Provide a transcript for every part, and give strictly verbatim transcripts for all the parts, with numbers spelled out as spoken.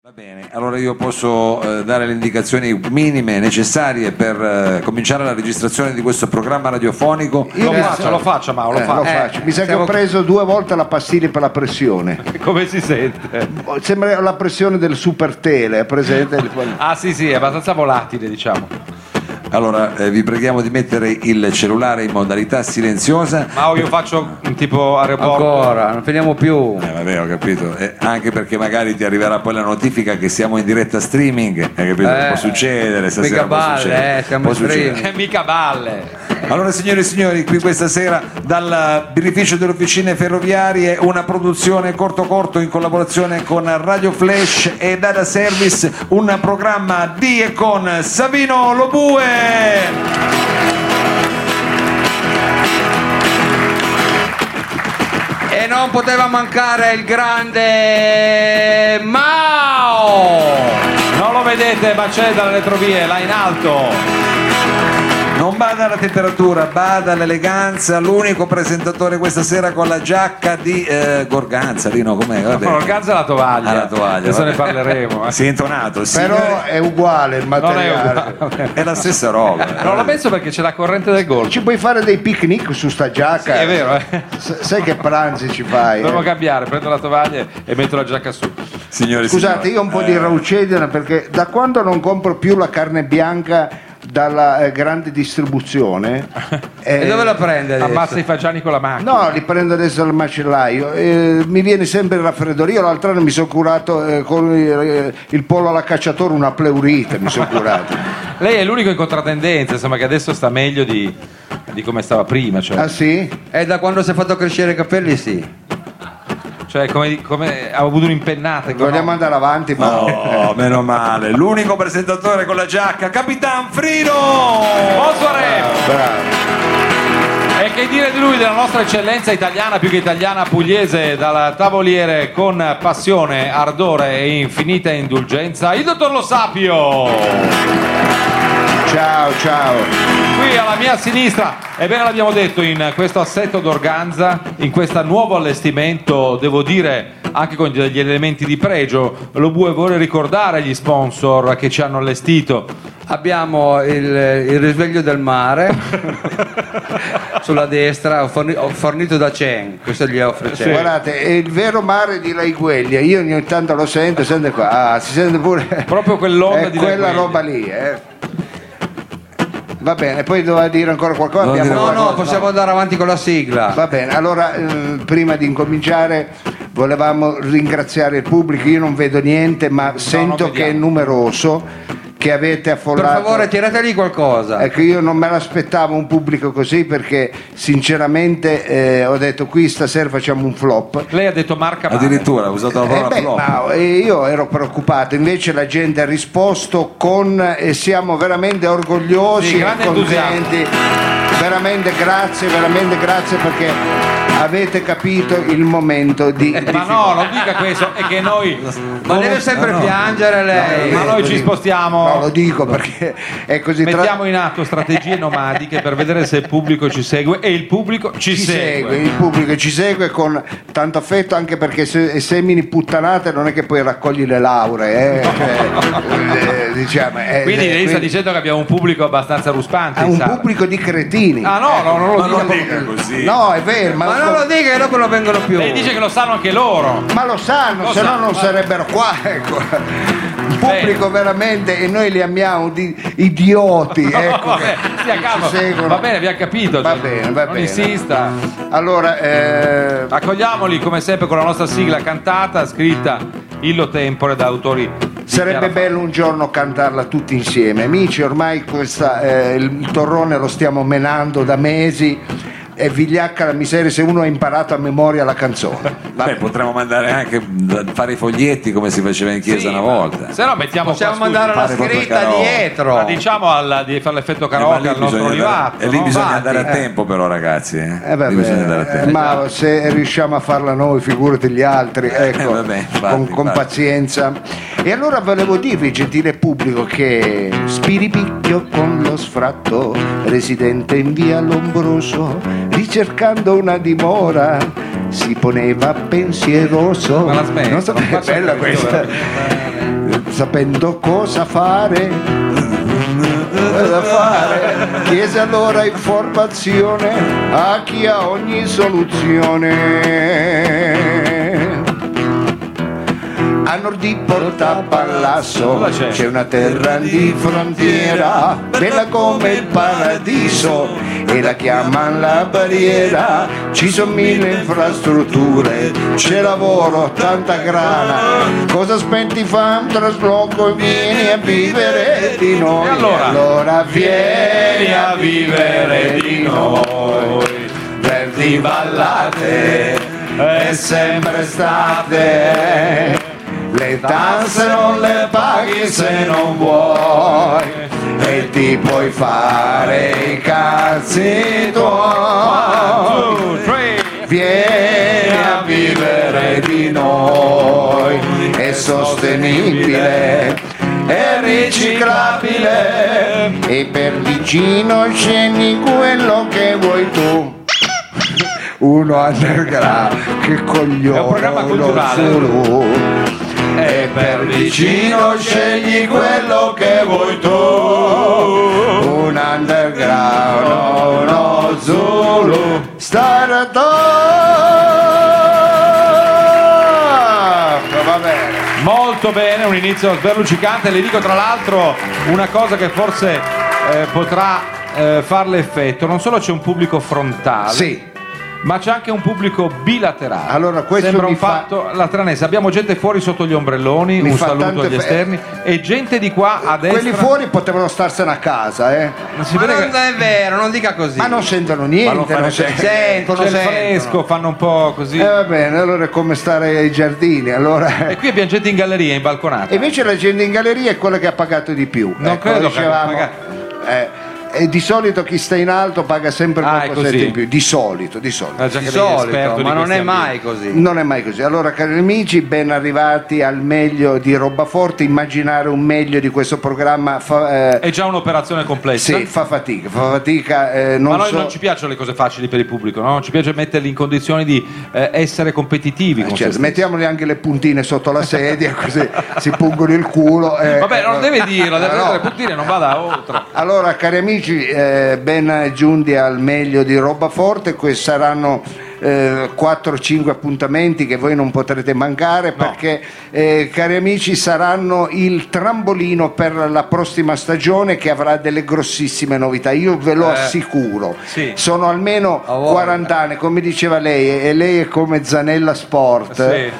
Va bene, allora io posso eh, dare le indicazioni minime necessarie per eh, cominciare la registrazione di questo programma radiofonico. Io Lo mi faccio, sa- lo faccio, ma lo eh, faccio. lo faccio. Mi sa siamo- che ho preso due volte la pastiglia per la pressione. Come si sente? Sembra la pressione del super tele, è presente? Ah sì sì, è abbastanza volatile, diciamo. Allora eh, vi preghiamo di mettere il cellulare in modalità silenziosa. Ma io faccio un tipo aeroporto. Ancora, non finiamo più. Eh, vabbè, ho capito, eh, anche perché magari ti arriverà poi la notifica che siamo in diretta streaming, hai capito? Eh, può succedere, stasera mica può balle, succedere. eh, siamo Può in streaming. succedere. Eh, mica balle. Allora signore e signori, qui questa sera dal birrificio delle officine ferroviarie, una produzione corto corto in collaborazione con Radio Flash e Data Service, un programma di e con Savino Lobue. E non poteva mancare il grande Mao. Non lo vedete, ma c'è dalle retrovie, là in alto. Non bada alla temperatura, bada all'eleganza, l'unico presentatore questa sera con la giacca di eh, Gorganza, lì no, com'è? Vabbè. No, Organza è la tovaglia. Ah, la tovaglia, Adesso vabbè. ne parleremo. eh. Si è intonato, sì. Però è uguale il Non è materiale. uguale. È la stessa roba. Non l'ho messo perché c'è la corrente del gol. Ci puoi fare dei picnic su sta giacca? Sì, è vero, eh. S- sai che pranzi ci fai? Devo eh? cambiare, prendo la tovaglia e metto la giacca su. Signore e Scusate, signori, io ho un po' eh, di raucedine perché da quando non compro più la carne bianca dalla eh, grande distribuzione E eh, dove la prende adesso? Ammazza i fagiani con la macchina. No, li prendo adesso al macellaio. Eh, mi viene sempre il raffreddore. Io l'altro anno mi sono curato eh, con il, il pollo alla cacciatore, una pleurite mi sono curato. Lei è l'unico in controtendenza, insomma, che adesso sta meglio di, di come stava prima. Cioè, Ah sì? E da quando si è fatto crescere i capelli, sì. cioè come, come ha avuto un'impennata. Vogliamo andare avanti, ma Oh, meno male. L'unico presentatore con la giacca, Capitan Frino! Bonsoir! bravo. E che dire di lui, della nostra eccellenza italiana, più che italiana, pugliese, dal tavoliere con passione, ardore e infinita indulgenza, il dottor Lo Sapio! Ciao, ciao. Qui alla mia sinistra, ebbene l'abbiamo detto, in questo assetto d'organza, in questo nuovo allestimento, devo dire anche con degli elementi di pregio, lo Bue vuole ricordare gli sponsor che ci hanno allestito. Abbiamo il, il risveglio del mare sulla destra, ho forni- ho fornito da Chen, questo gli offre Chen. Guardate, è il vero mare di Laigueglia. Io ogni tanto lo sento, sente qua. Ah, si sente pure. Proprio quell'onda è di quella Laigueglia. roba lì, eh. Va bene, poi doveva dire ancora qualcosa. Non Abbiamo dire No, no, qualcosa? possiamo andare avanti con la sigla. Va bene, allora eh, prima di incominciare volevamo ringraziare il pubblico. Io non vedo niente, ma sento non che è vediamo. numeroso, che avete Per affollato. favore, tirate lì qualcosa. Ecco, io non me l'aspettavo un pubblico così perché sinceramente eh, ho detto qui stasera facciamo un flop. Lei ha detto marca male. Addirittura ha usato la Eh parola beh, flop. ma eh, io ero preoccupato, invece la gente ha risposto con e siamo veramente orgogliosi Sì, e grande contenti. Veramente grazie, veramente grazie perché avete capito il momento di, di Ma no, non dica questo, è che noi, Ma deve sempre no, no. piangere lei. ma noi lo ci dico. spostiamo. No, lo dico perché è così tra- Mettiamo in atto strategie nomadiche per vedere se il pubblico ci segue e il pubblico ci, ci segue. segue, il pubblico ci segue con tanto affetto, anche perché se semini puttanate non è che poi raccogli le lauree, eh, cioè, eh, diciamo, eh, Quindi eh, lei sta quindi- dicendo che abbiamo un pubblico abbastanza ruspante. ha in un sala. pubblico di cretini. Ah no, no, non lo Ma dica. non dica così. No, è vero, ma, Ma non lo dica che dopo non vengono più. Lei dice che lo sanno anche loro. ma lo sanno, Lo se no sanno, non ma- sarebbero qua. Ecco. Un pubblico veramente, e noi li amiamo di idioti. Ecco, Vabbè, che stia calmo. ci seguono. Va bene, vi ha capito. Va cioè, bene, va non bene. insista. Allora, eh, Accogliamoli come sempre con la nostra sigla cantata, scritta illo tempore da autori. di sarebbe Chiara bello un giorno cantarla tutti insieme. Amici, ormai questa, eh, il torrone lo stiamo menando da mesi. E vigliacca la miseria se uno ha imparato a memoria la canzone. Vabbè, potremmo mandare anche fare i foglietti come si faceva in chiesa Sì, una ma- volta. Se no mettiamo Possiamo qua, scusi, mandare la fare proprio scritta karaoke. dietro. ma diciamo al- di fare l'effetto Eh, ma karaoke lì al nostro bisogna andare- olivato. E lì no? bisogna Infatti, andare a eh. tempo però ragazzi. Eh? Eh, vabbè, Lì bisogna andare a eh, tempo. ma se riusciamo a farla noi, figurati gli altri, ecco, Eh, vabbè, infatti, con, con infatti. pazienza. E allora volevo dirvi, gentile pubblico, che Spiripicchio con lo sfratto, residente in via Lombroso, ricercando una dimora, si poneva pensieroso. Ma la smetti, Non so non che è faccia bella questo, questa. sapendo cosa fare, cosa fare, chiese allora informazione a chi ha ogni soluzione. A nord di Porta Pallasso c'è? c'è una terra di frontiera, bella come il paradiso, e la chiamano la barriera. Ci sono mille infrastrutture, c'è lavoro, tanta grana. Cosa aspetti, fa un trasloco e vieni a vivere di noi. E allora? allora vieni a vivere di noi. Verdi ballate è sempre estate, le tasse non le paghi se non vuoi, e ti puoi fare i cazzi tuoi. Vieni a vivere di noi, è sostenibile, è riciclabile, e per vicino scegli quello che vuoi tu. Uno underground, che coglione, È un programma culturale. solo. E per vicino scegli quello che vuoi tu. Un underground, uno Zulu, Stardust. Va bene. Molto bene, un inizio sberluccicante. Le dico tra l'altro una cosa che forse eh, potrà eh, farle effetto. Non solo c'è un pubblico frontale, Sì. ma c'è anche un pubblico bilaterale. Allora, questo sembra mi un fa- fatto alla tranese. Abbiamo gente fuori sotto gli ombrelloni, Mi un fa saluto tante agli fe- esterni, e gente di qua a destra. Quelli fuori potevano starsene a casa, eh. Non si Ma vede non che è vero, non dica così. Ma non sentono niente, Ma non fa non niente. se- sentono, c'è il sentono. fresco, fanno un po' così. Eh, va bene, allora è come stare ai giardini. Allora... E qui abbiamo gente in galleria, in balconata. E invece la gente in galleria è quella che ha pagato di più. Non Ecco, credo che dicevamo, abbia eh, e di solito chi sta in alto paga sempre Ah, è qualcosa così. in più. Di solito, di solito. Ah, già Di che lei è esperto solito, di ma non questi è mai ambienti. così. Non è mai così. Allora, cari amici, ben arrivati al meglio di Roba Forte. Immaginare un meglio di questo programma fa, eh, È già un'operazione complessa. sì, fa fatica, fa fatica. eh, non Ma a noi so- non ci piacciono le cose facili per il pubblico, no? Ci piace metterli in condizioni di eh, essere competitivi. Eh, con certo, se stessi. mettiamoli anche le puntine sotto la sedia, così si pungono il culo. eh. Vabbè, non deve dirlo, deve Eh, no. prendere le puntine, non vada oltre. Allora, cari amici, eh, ben giunti al meglio di Roba Forte. Questi saranno eh, quattro cinque appuntamenti che voi non potrete mancare, perché eh, cari amici, saranno il trambolino per la prossima stagione, che avrà delle grossissime novità, io ve lo Eh, assicuro. sì. Sono almeno A voglia. quaranta anni, come diceva lei, e lei è come Zanella Sport, Sì.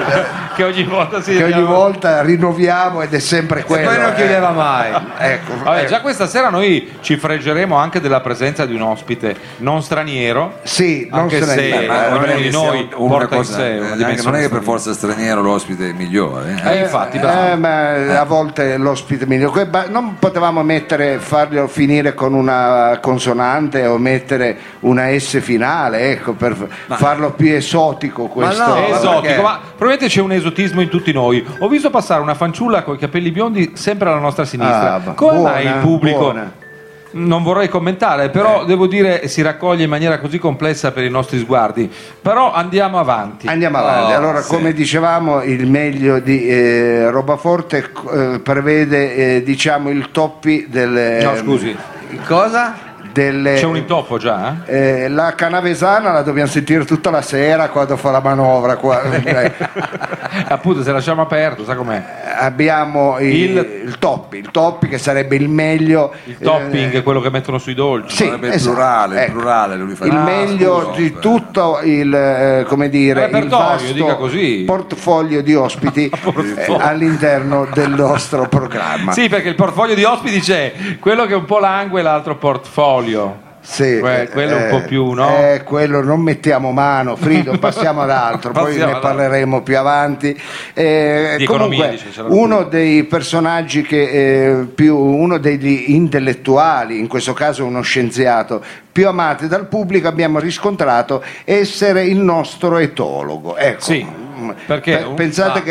Che ogni volta si che ogni volta rinnoviamo, ed è sempre E quello. poi non eh. chiudeva mai. Ecco, Vabbè, ecco. già questa sera noi ci freggeremo anche della presenza di un ospite non straniero, Sì, non anche se ne se intende. Ma non ognuno è di che noi sia una porta in cosa, sé eh, una neanche- dimensione non è che per straniera. forza straniero l'ospite è migliore. eh. Eh, infatti, bravo. Eh, ma a volte l'ospite migliore. Que- ma non potevamo mettere, farlo finire con una consonante o mettere una S finale, ecco, per farlo più esotico questo. no, È ma esotico, perché? ma probabilmente c'è un esotismo in tutti noi. Ho visto passare una fanciulla con i capelli biondi sempre alla nostra sinistra. Ah, va- Come buona, mai il pubblico? buona. Non vorrei commentare, però devo dire si raccoglie in maniera così complessa per i nostri sguardi. Però andiamo avanti. Andiamo avanti. Oh, Allora, sì. come dicevamo, il meglio di eh, Roba Forte eh, prevede eh, diciamo il toppi delle, No, scusi, Cosa? delle c'è un intoppo già? eh? Eh, la canavesana la dobbiamo sentire tutta la sera quando fa la manovra qua. Eh, Appunto, se lasciamo aperto, sa com'è? abbiamo il, Il- il toppi il toppi che sarebbe il meglio, Il topping, eh, quello che mettono sui dolci. sì, Sarebbe il esatto, plurale, il ecco. plurale, lui fa il Ah, meglio scusa, di per- tutto il eh, come dire il Repertorio, vasto dica così. portfoglio di ospiti eh, all'interno del nostro programma. Sì, perché il portfolio di ospiti c'è quello che è un po' langue e l'altro portfolio. Sì, Que- quello un po' più, no? eh, quello non mettiamo mano, Frido, passiamo ad altro, poi Passiamo ne ad altro. parleremo più avanti. Eh, Di comunque, economia, dice, c'era uno lui. dei personaggi che eh, più, uno degli intellettuali, in questo caso uno scienziato, più amati dal pubblico, abbiamo riscontrato essere il nostro etologo. Ecco. Sì, perché Pe- un- pensate ah. che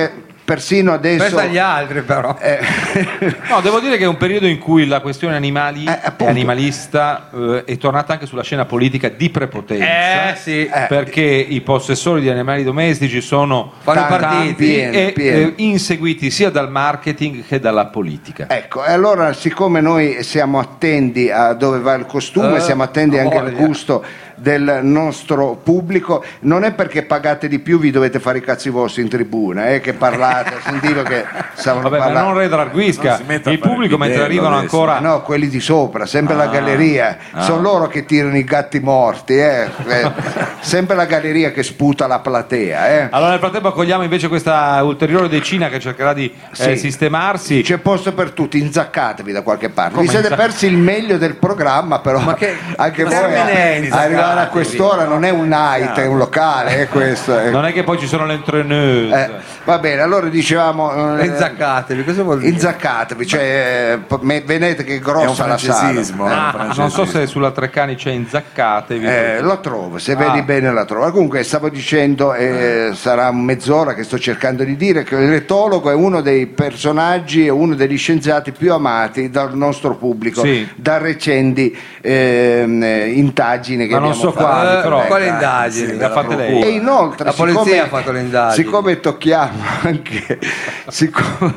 persino adesso Pensa agli altri però. eh, No, devo dire che è un periodo in cui la questione animali Eh, e appunto. animalista eh, è tornata anche sulla scena politica di prepotenza. Eh sì. Eh. Perché i possessori di animali domestici sono Fanno i tanti partiti. pieni, e pieni. eh, inseguiti sia dal marketing che dalla politica. ecco, e allora siccome noi siamo attenti a dove va il costume, Eh, siamo attenti anche al voglia. gusto del nostro pubblico, non è perché pagate di più vi dovete fare i cazzi vostri in tribuna, eh, che parlate, sentito che stavano Vabbè, ma parlando. non redarguisca Non si metta a il fare pubblico il mentre bidello arrivano adesso. ancora. No, quelli di sopra, sempre la Ah, galleria, ah. sono loro che tirano i gatti morti, eh. Eh, sempre la galleria che sputa la platea. Eh. Allora nel frattempo accogliamo invece questa ulteriore decina che cercherà di eh, Sì. sistemarsi. C'è posto per tutti, inzaccatevi da qualche parte. Come Vi siete inzacca- persi il meglio del programma, però Ma che- anche che voi termine è arrivare a inzaccatevi? quest'ora non è un night, è un locale, è questo. eh. Non è che poi ci sono le entraîneuse. Eh, va bene, allora dicevamo eh, Inzaccatevi, cosa vuol dire? inzaccatevi, cioè eh, me- vedete che È un grossa la sala. francesismo. è un Ah, francesismo. non so se sulla Treccani c'è inzaccatevi. Eh, lo trovo, se Ah. vedi bene la trovo. Comunque stavo dicendo, eh, sarà mezz'ora che sto cercando di dire che l'etologo è uno dei personaggi e uno degli scienziati più amati dal nostro pubblico, Sì. da recenti ehm, eh, indagini che Ma non abbiamo so fatto. quali, Eh, però. quali Dai, indagini? sì, Le ha fatte lei. E inoltre, La polizia siccome- ha fatto le indagini. siccome tocchiamo anche, siccome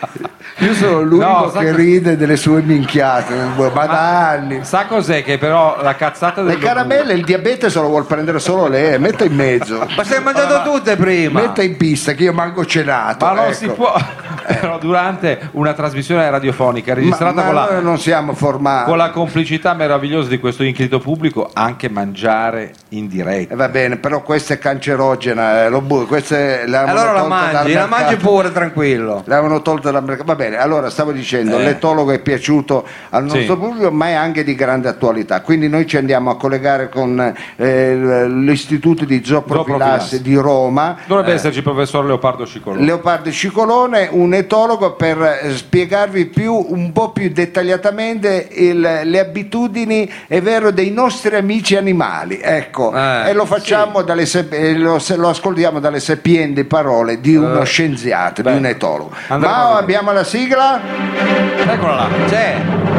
io sono l'unico No, sa che che- ride delle sue minchiate, ma da anni. Sa cos'è che però la cazzata del Le caramelle, il diabete se lo vuol prendere solo lei, metta in mezzo. Ma si è mangiato tutte prima. Metta in pista che io manco cenato. Ma non ecco. si può. Però durante una trasmissione radiofonica Ma, registrata ma con, la, noi non siamo formati. con la complicità meravigliosa di questo inclito pubblico, anche mangiare in diretta. Eh, va bene, però questa è cancerogena, eh, lo bu- queste l'avevano Allora la tolta dal mangi, la mercato. mangi pure tranquillo. L'avevano tolta dal mercato. Va bene, allora stavo dicendo, Eh. l'etologo è piaciuto al nostro Sì. pubblico, ma è anche di grande attualità. Quindi noi ci andiamo a collegare con eh, l'istituto di zooprofilassi Zooprofilassi. di Roma. Dovrebbe esserci il professor Leopardo Scicolone. Leopardo Scicolone, un etologo, per eh, spiegarvi più, un po' più dettagliatamente il- le abitudini, è vero, dei nostri amici animali, ecco, Eh, e lo facciamo dalle sep- e lo, se lo ascoltiamo dalle sapienti parole di uno scienziato, di beh. un etologo. Andremo Ma a vedere. abbiamo la sigla? Eccola là. C'è.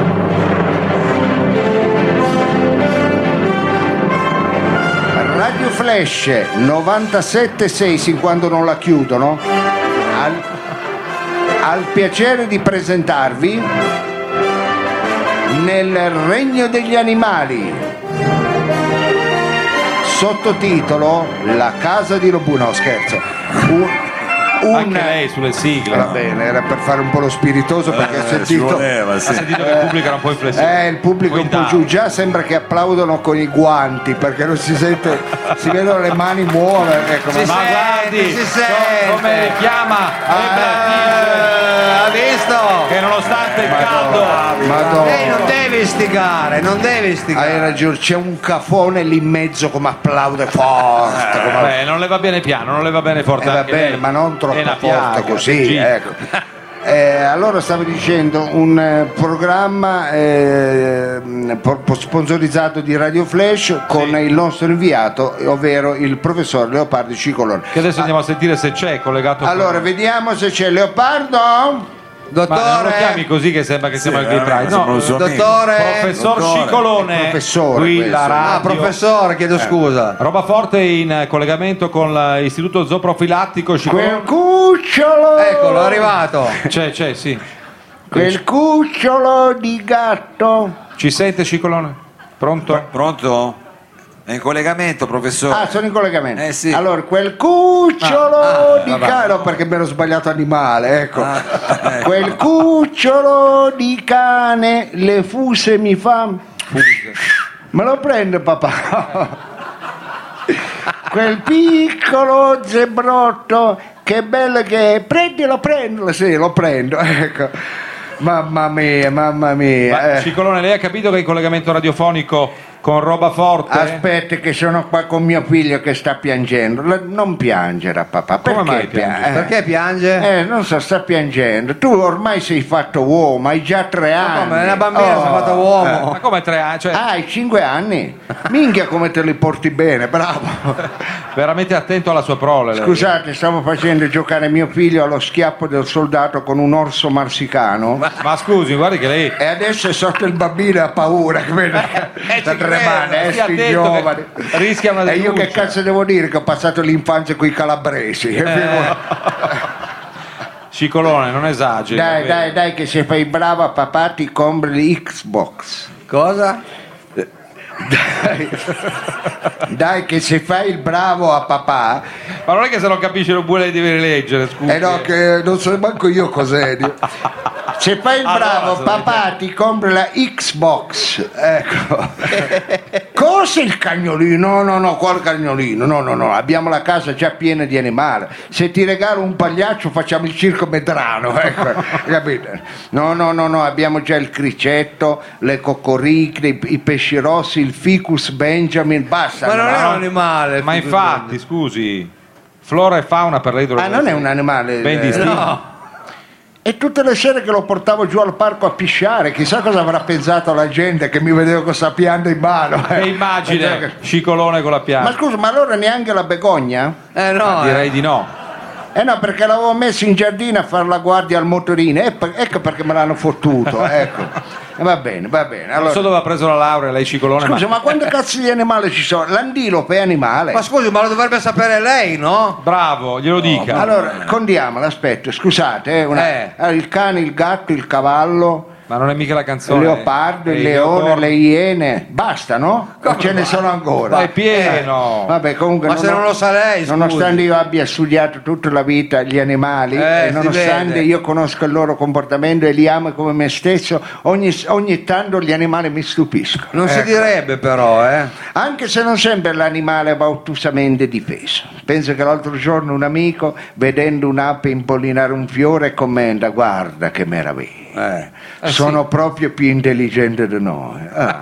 Radio Flash novantasette sei, sin quando non la chiudono, al, al piacere di presentarvi Nel regno degli animali, sottotitolo La casa di Lobu, no scherzo, un, un- Anche lei sulle sigle. va bene, era per fare un po' lo spiritoso perché ho Eh, ci sentito voleva, Ha sì. sentito che il pubblico era un po' inflessibile. eh, il pubblico è un po' down. giù, già sembra che applaudono con i guanti perché non si sente, si vedono le mani muovere, ecco, Si ma- Ma sente, guardi, si so- sente. come le chiama Ah, Eh, ha visto? che nonostante il caldo Madonna. Lei non deve istigare, non deve istigare. Hai ragione, c'è un cafone lì in mezzo come applaude forte, come- Beh, non le va bene piano, non le va bene forte. Eh, va anche bene, lei. ma non troppo È una forte piaga, così, Gigi. ecco. Eh, allora stavo dicendo un eh, programma eh, po- po- sponsorizzato di Radio Flash con Sì. il nostro inviato, ovvero il professor Leopardo Scicolone. Che adesso andiamo a sentire se c'è collegato. con- Allora, vediamo se c'è Leopardo. ma non lo Dottore, chiami così che sembra che Sì, siamo al Gay veramente, Pride. No, sembra un suo amico. dottore. professor dottore. Scicolone, Il professore qui questo. la radio. Ah, professore, chiedo scusa. Roba forte in collegamento con l'Istituto Zooprofilattico Quel Scicolone. cucciolo, Eccolo, è arrivato. C'è, c'è, sì. quel cucciolo di gatto. Ci sente Scicolone? Pronto? Pronto? È in collegamento, professore? Ah, sono in collegamento. Eh, sì. Allora, quel cucciolo Ah, ah, di vabbè. cane, no, perché mi ero sbagliato animale, ecco. Ah, ecco. Quel cucciolo di cane, le fuse mi fa. Me lo prende papà. Quel piccolo zebrotto, che bello che è. Prendilo, prendilo, sì, lo prendo, ecco. Mamma mia, mamma mia. Ma, eh. Scicolone, lei ha capito che in collegamento radiofonico con roba forte? Aspetta che sono qua con mio figlio che sta piangendo. La- non piangere papà. Come Perché mai piange? pia- eh? Perché piange? Eh, non so, sta piangendo. Tu ormai sei fatto uomo, hai già tre Ma anni. come? Una bambina Oh, si è fatta uomo. Ma come tre anni? Cioè, Ah, hai cinque anni? Minchia come te li porti bene, bravo. veramente attento alla sua prole. lei. Scusate, stavo facendo giocare mio figlio allo schiaffo del soldato con un orso marsicano. Ma scusi, guardi che lei... E adesso è sotto il bambino e ha paura, che vede, sta ci tremando, credo, eh, stia sti attento giovani. che rischia una E io che denuncia. cazzo devo dire che ho passato l'infanzia con i calabresi? Eh. Cicolone, non esageri. Dai, va dai, bene. dai, che se fai brava papà ti compri l'Xbox. Cosa? Dai, dai, che se fai il bravo a papà, Ma non è che se non capisce non vuole devi leggere, scusi. eh no, che non so manco io cos'è. Se fai il Allora, bravo se papà ti compri la Xbox. Ecco. Cos'è il cagnolino? No, no, no, qual cagnolino? No, no, no, abbiamo la casa già piena di animali. Se ti regalo un pagliaccio facciamo il circo Medrano, ecco, capito? No, no, no, no, abbiamo già il cricetto, le coccoriche, i, i pesci rossi, il ficus Benjamin, basta. Ma non no? è un animale. Ma infatti, scusi, flora e fauna per lei Ah, non è un animale. ben eh, distinto. No. E tutte le sere che lo portavo giù al parco a pisciare, chissà cosa avrà pensato la gente che mi vedeva con sta pianta in mano. Che immagine, Cicolone con la Ma pianta. scusa, ma allora neanche la begogna? Eh no. Direi eh. di no. Eh no, perché l'avevo messo in giardino a fare la guardia al motorino, e per- ecco perché me l'hanno fottuto, ecco. E va bene, va bene. Non Allora, so dove ha preso la laurea lei Cicolone, scusa, ma... ma quante cazzo di animali ci sono? L'antilope è animale. Ma scusi, ma lo dovrebbe sapere lei, no? Bravo, glielo dica. Allora, condiamola, aspetta, scusate, eh, una- Eh. allora, il cane, il gatto, il cavallo, Ma non è mica la il canzone. leopardo, Eh, il leone, leopardo. le iene, basta, no? O ce ne sono ancora? Ma è pieno. Vabbè, comunque Ma se non lo sa lei, scusi. nonostante io abbia studiato tutta la vita gli animali, Eh, e si nonostante vede. io conosco il loro comportamento e li amo come me stesso, ogni, ogni tanto gli animali mi stupiscono. Non si Ecco. direbbe però, eh. Anche se non sempre l'animale va ottusamente difeso. Penso che l'altro giorno un amico, vedendo un'ape impollinare un fiore, commenta: guarda che meraviglia, Eh. sono proprio più intelligente di noi. Ah.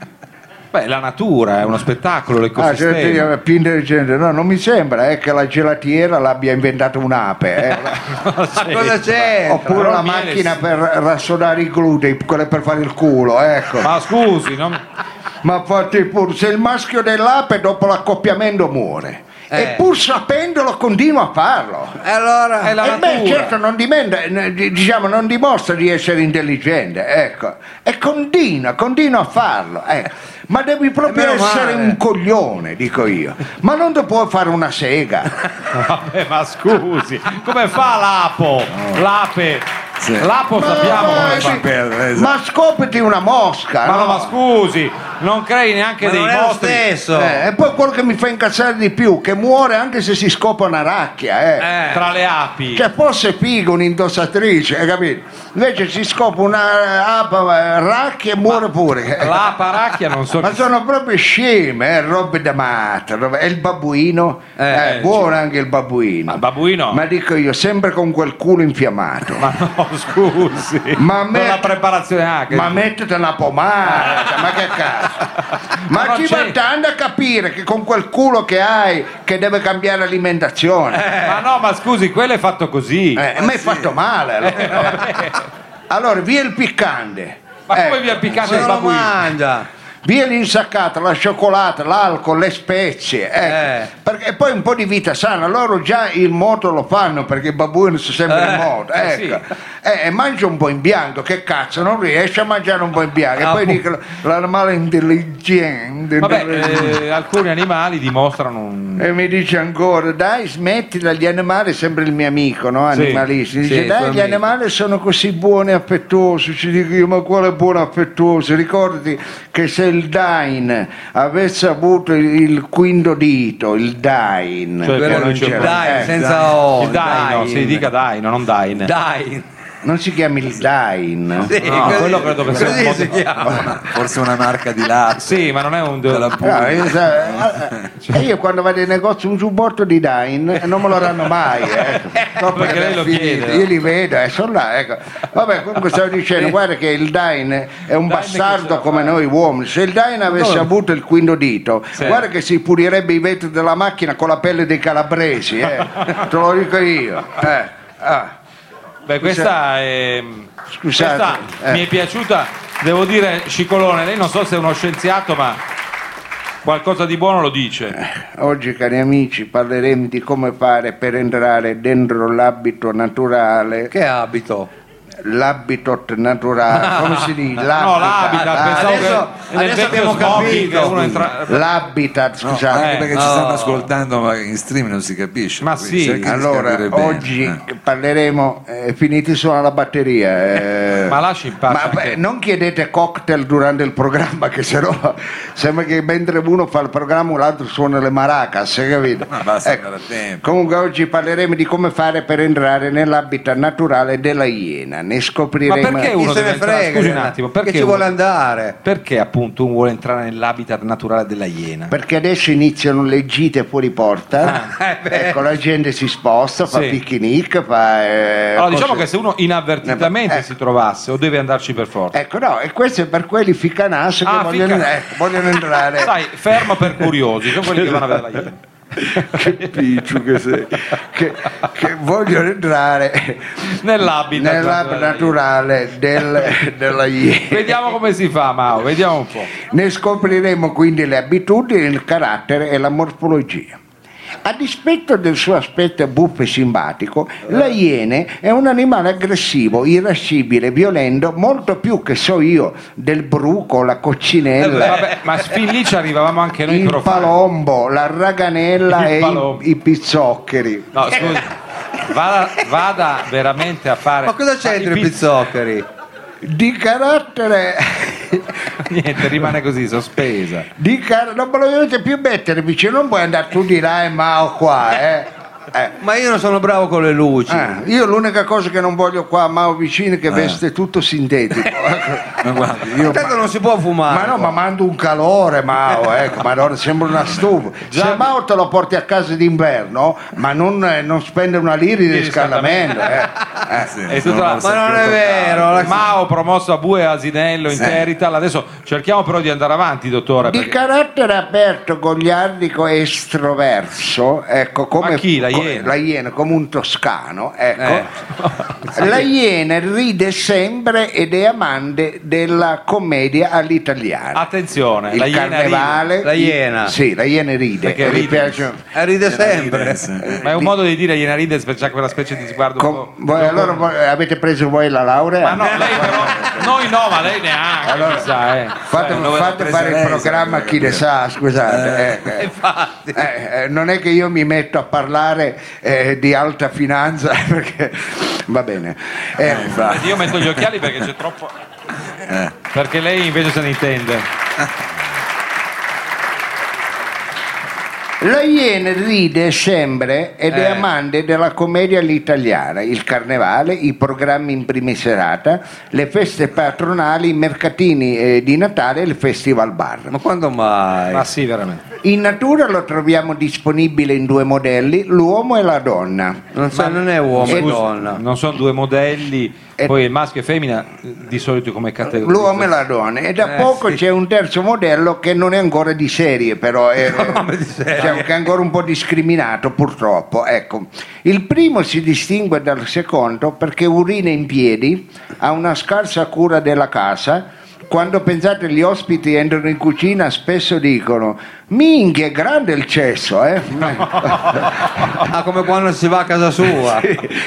Beh, la natura è uno spettacolo, Ah, l'ecosistema. cioè, più intelligente, no, non mi sembra eh, che la gelatiera l'abbia inventato un'ape, eh. Ma cosa c'è? Oppure Però la il miele macchina sì. per rassodare i glutei, quelle per fare il culo, ecco. Ma scusi, non... Ma fatti pur, se il maschio dell'ape dopo l'accoppiamento muore, Eh. e pur sapendolo continua a farlo. E allora? È la E beh, natura. certo non, dimenda- eh, diciamo, non dimostra di essere intelligente, ecco, e continua, continua a farlo, ecco. Ma devi proprio E meno essere male. un coglione, dico io. Ma non ti puoi fare una sega. Vabbè, ma scusi, come fa l'apo? L'ape? Sì. L'apo sappiamo Ma- come sì, fa. perdere, esatto. ma scopiti una mosca, Ma no? no, ma scusi, non crei neanche Ma dei non è lo mostri. stesso. Eh, e poi quello che mi fa incazzare di più, che muore anche se si scopa una racchia, eh. Eh. Tra le api. Cioè fosse figo un'indossatrice, hai capito? Invece si scopa una apa racchia e muore pure. L'apa racchia non so Ma chi- sono proprio sceme, eh, robe da matta. robe- E il babbuino? Eh, Eh, buono anche il babbuino. Ma il babbuino? Ma dico io, sempre con quel culo infiammato. Ma no, scusi. Ma me- Con la preparazione anche. Ma mettete una pomata, ma che cazzo? Ma Ma non ci c'è- va tanto a capire che con quel culo che hai che deve cambiare alimentazione. Ma no, ma scusi, quello è fatto così. Eh, a me è fatto male. Allora, allora via il piccante. Ma Eh, come vi appiccate Se il non lo babbuino? mangia. Via l'insaccato, la cioccolata, l'alcol, le spezie, ecco. Eh. Perché- e poi un po' di vita sana. Loro già il moto lo fanno perché i babbuini sono sempre in Eh, moto, eh, ecco. Eh, e mangia un po' in bianco, che cazzo, non riesce a mangiare un po' in bianco. E Ah, poi pu- dicono l'animale intelligente. Vabbè, eh, alcuni animali dimostrano un... E mi dice ancora, dai, smettila, gli animali, sempre il mio amico, no? Sì, Animalista. Dice, sì, dai, suo gli amico. animali sono così buoni e affettuosi. Ci dico io, ma quale buono e affettuoso? Ricordati che se il Dain avesse avuto il, il quinto dito, il Dain, Cioè, che quello non dice- c'era. Dai, Eh, senza O. il daino, dai. si dica daino, non dain. Dai. Non si chiama il Dain? Sì, No, così- quello credo che sia un così po' si di- chiama. Forse una marca di latte. Sì, ma non è un della No, Puglia. io, sa- e io quando vado in negozio un giubbotto di Dain non me lo danno mai, ecco. Dopo Perché che lei lo finito, chiede, io no? li vedo e sono là, ecco. Vabbè, comunque stavo dicendo, guarda che il Dain è un Dain che bastardo ce la come fa. noi uomini. Se il Dain avesse Come? avuto il quinto dito, Sì. guarda che si pulirebbe i vetri della macchina con la pelle dei calabresi, eh. Te lo dico io. Eh. Ah. Beh, questa è. Scusate, Questa eh. mi è piaciuta, devo dire, Scicolone. Lei non so se è uno scienziato, ma qualcosa di buono lo dice. Oggi, cari amici, parleremo di come fare per entrare dentro l'abito naturale. Che abito? L'habitat naturale, come si dice? No, l'habitat, pensavo adesso- che nel adesso vecchio abbiamo smoking capito. che uno entra- L'habitat, No, scusate. anche perché Eh, ci stanno no. ascoltando, ma in stream non si capisce. Ma quindi sì. cerchi di Allora, capire bene. oggi Eh. parleremo, eh, finiti sono la batteria. eh. Ma lasci in pace Ma, anche- beh, non chiedete cocktail durante il programma, che sennò sembra che mentre uno fa il programma l'altro suona le maracas, hai capito? Ma basta Ecco, andare a tempo. comunque oggi parleremo di come fare per entrare nell'habitat naturale della iena. Ne Ma scopriremo. perché Chi uno se deve ne entrare? frega? Scusi un attimo, perché Che ci uno- vuole andare? Perché appunto uno vuole entrare nell'habitat naturale della iena? Perché adesso iniziano le gite fuori porta, Ah, eh beh. ecco, la gente si sposta, fa Sì. picnic, fa. eh, Allora, diciamo cose- che se uno inavvertitamente Eh. si trovasse o deve andarci per forza. Ecco, no, e questo è per quelli ficanasse che Ah, vogliono, fica- ecco, vogliono entrare. Sai, fermo per curiosi, sono quelli che vanno a vedere la iena. Che picciu che sei, che, che vogliono entrare Nell'habitat nell'habitat naturale del- della iena. Vediamo come si fa, Mao, vediamo un po'. Ne scopriremo quindi le abitudini, il carattere e la morfologia. A dispetto del suo aspetto buffo e simpatico, la iene è un animale aggressivo, irascibile, violento, molto più che so io del bruco, la coccinella, Vabbè, ma fin lì ci arrivavamo anche noi il profani. palombo, la raganella Il e palombo. i, i pizzoccheri. No, scusi, vada, vada veramente a fare. Ma cosa c'entra i pizz- pizzoccheri? Di carattere, Niente, rimane così, sospesa. di car- non me lo dovete più mettere vicino, non puoi andare tu di là e Mao qua, eh. Eh. Ma io non sono bravo con le luci. Ah, io l'unica cosa che non voglio qua a Mao vicino è che veste tutto sintetico. Ma guardi, io Tanto non si può fumare. Ma no, ma mando un calore Mao, ecco, madonna, sembra una stufa. Già- Se Mao te lo porti a casa d'inverno, ma non, eh, non spende una lira di Di riscaldamento. Eh. Eh. sì, È sono tutta la- forse Ma non più è totale. vero. la- Mao promosso a Bue Asinello in Sì. Terital. Adesso cerchiamo però di andare avanti, dottore. Di perché- carattere aperto, gogliardico e estroverso, ecco, come Ma chi, la co- iena? la iena, come un toscano, ecco. Eh. La iena ride sempre ed è amante della commedia all'italiana. Attenzione, Il la iena carnevale, La iena. sì, la iena ride, Perché e mi ride? piace. Eh, ride sempre. Sì. ride. Ma è un modo di dire iena ride, c'è quella specie di sguardo un Com- po'. voi- allora voi- avete preso voi la laurea? Ma no, lei però. Noi no, ma lei neanche. Allora, mi sa, eh. Fate, Eh, dove l'ha fate presa fare il lei, programma a sai, chi ne capito? sa, scusate. eh, eh. Infatti. Eh, eh, non è che io mi metto a parlare eh, di alta finanza perché va bene. Eh, Senti, io metto gli occhiali perché c'è troppo. Perché lei invece se ne intende. la iena ride sempre ed è Eh. amante della commedia all'italiana, il carnevale, i programmi in prima serata, le feste patronali, i mercatini eh, di Natale e il festival bar. Ma quando mai? Ma sì, veramente. In natura lo troviamo disponibile in due modelli, l'uomo e la donna. Non, so, non è uomo e Scusi, donna. non sono due modelli, Eh. poi il maschio e femmina eh, di solito come categoria. L'uomo e la donna, e da Eh, poco sì. c'è un terzo modello che non è ancora di serie, però è, Come di serie? cioè, che è ancora un po' discriminato purtroppo. Ecco. Il primo si distingue dal secondo perché urina in piedi, ha una scarsa cura della casa. Quando pensate gli ospiti entrano in cucina spesso dicono minchia è grande il cesso, eh? Ah, come quando si va a casa sua.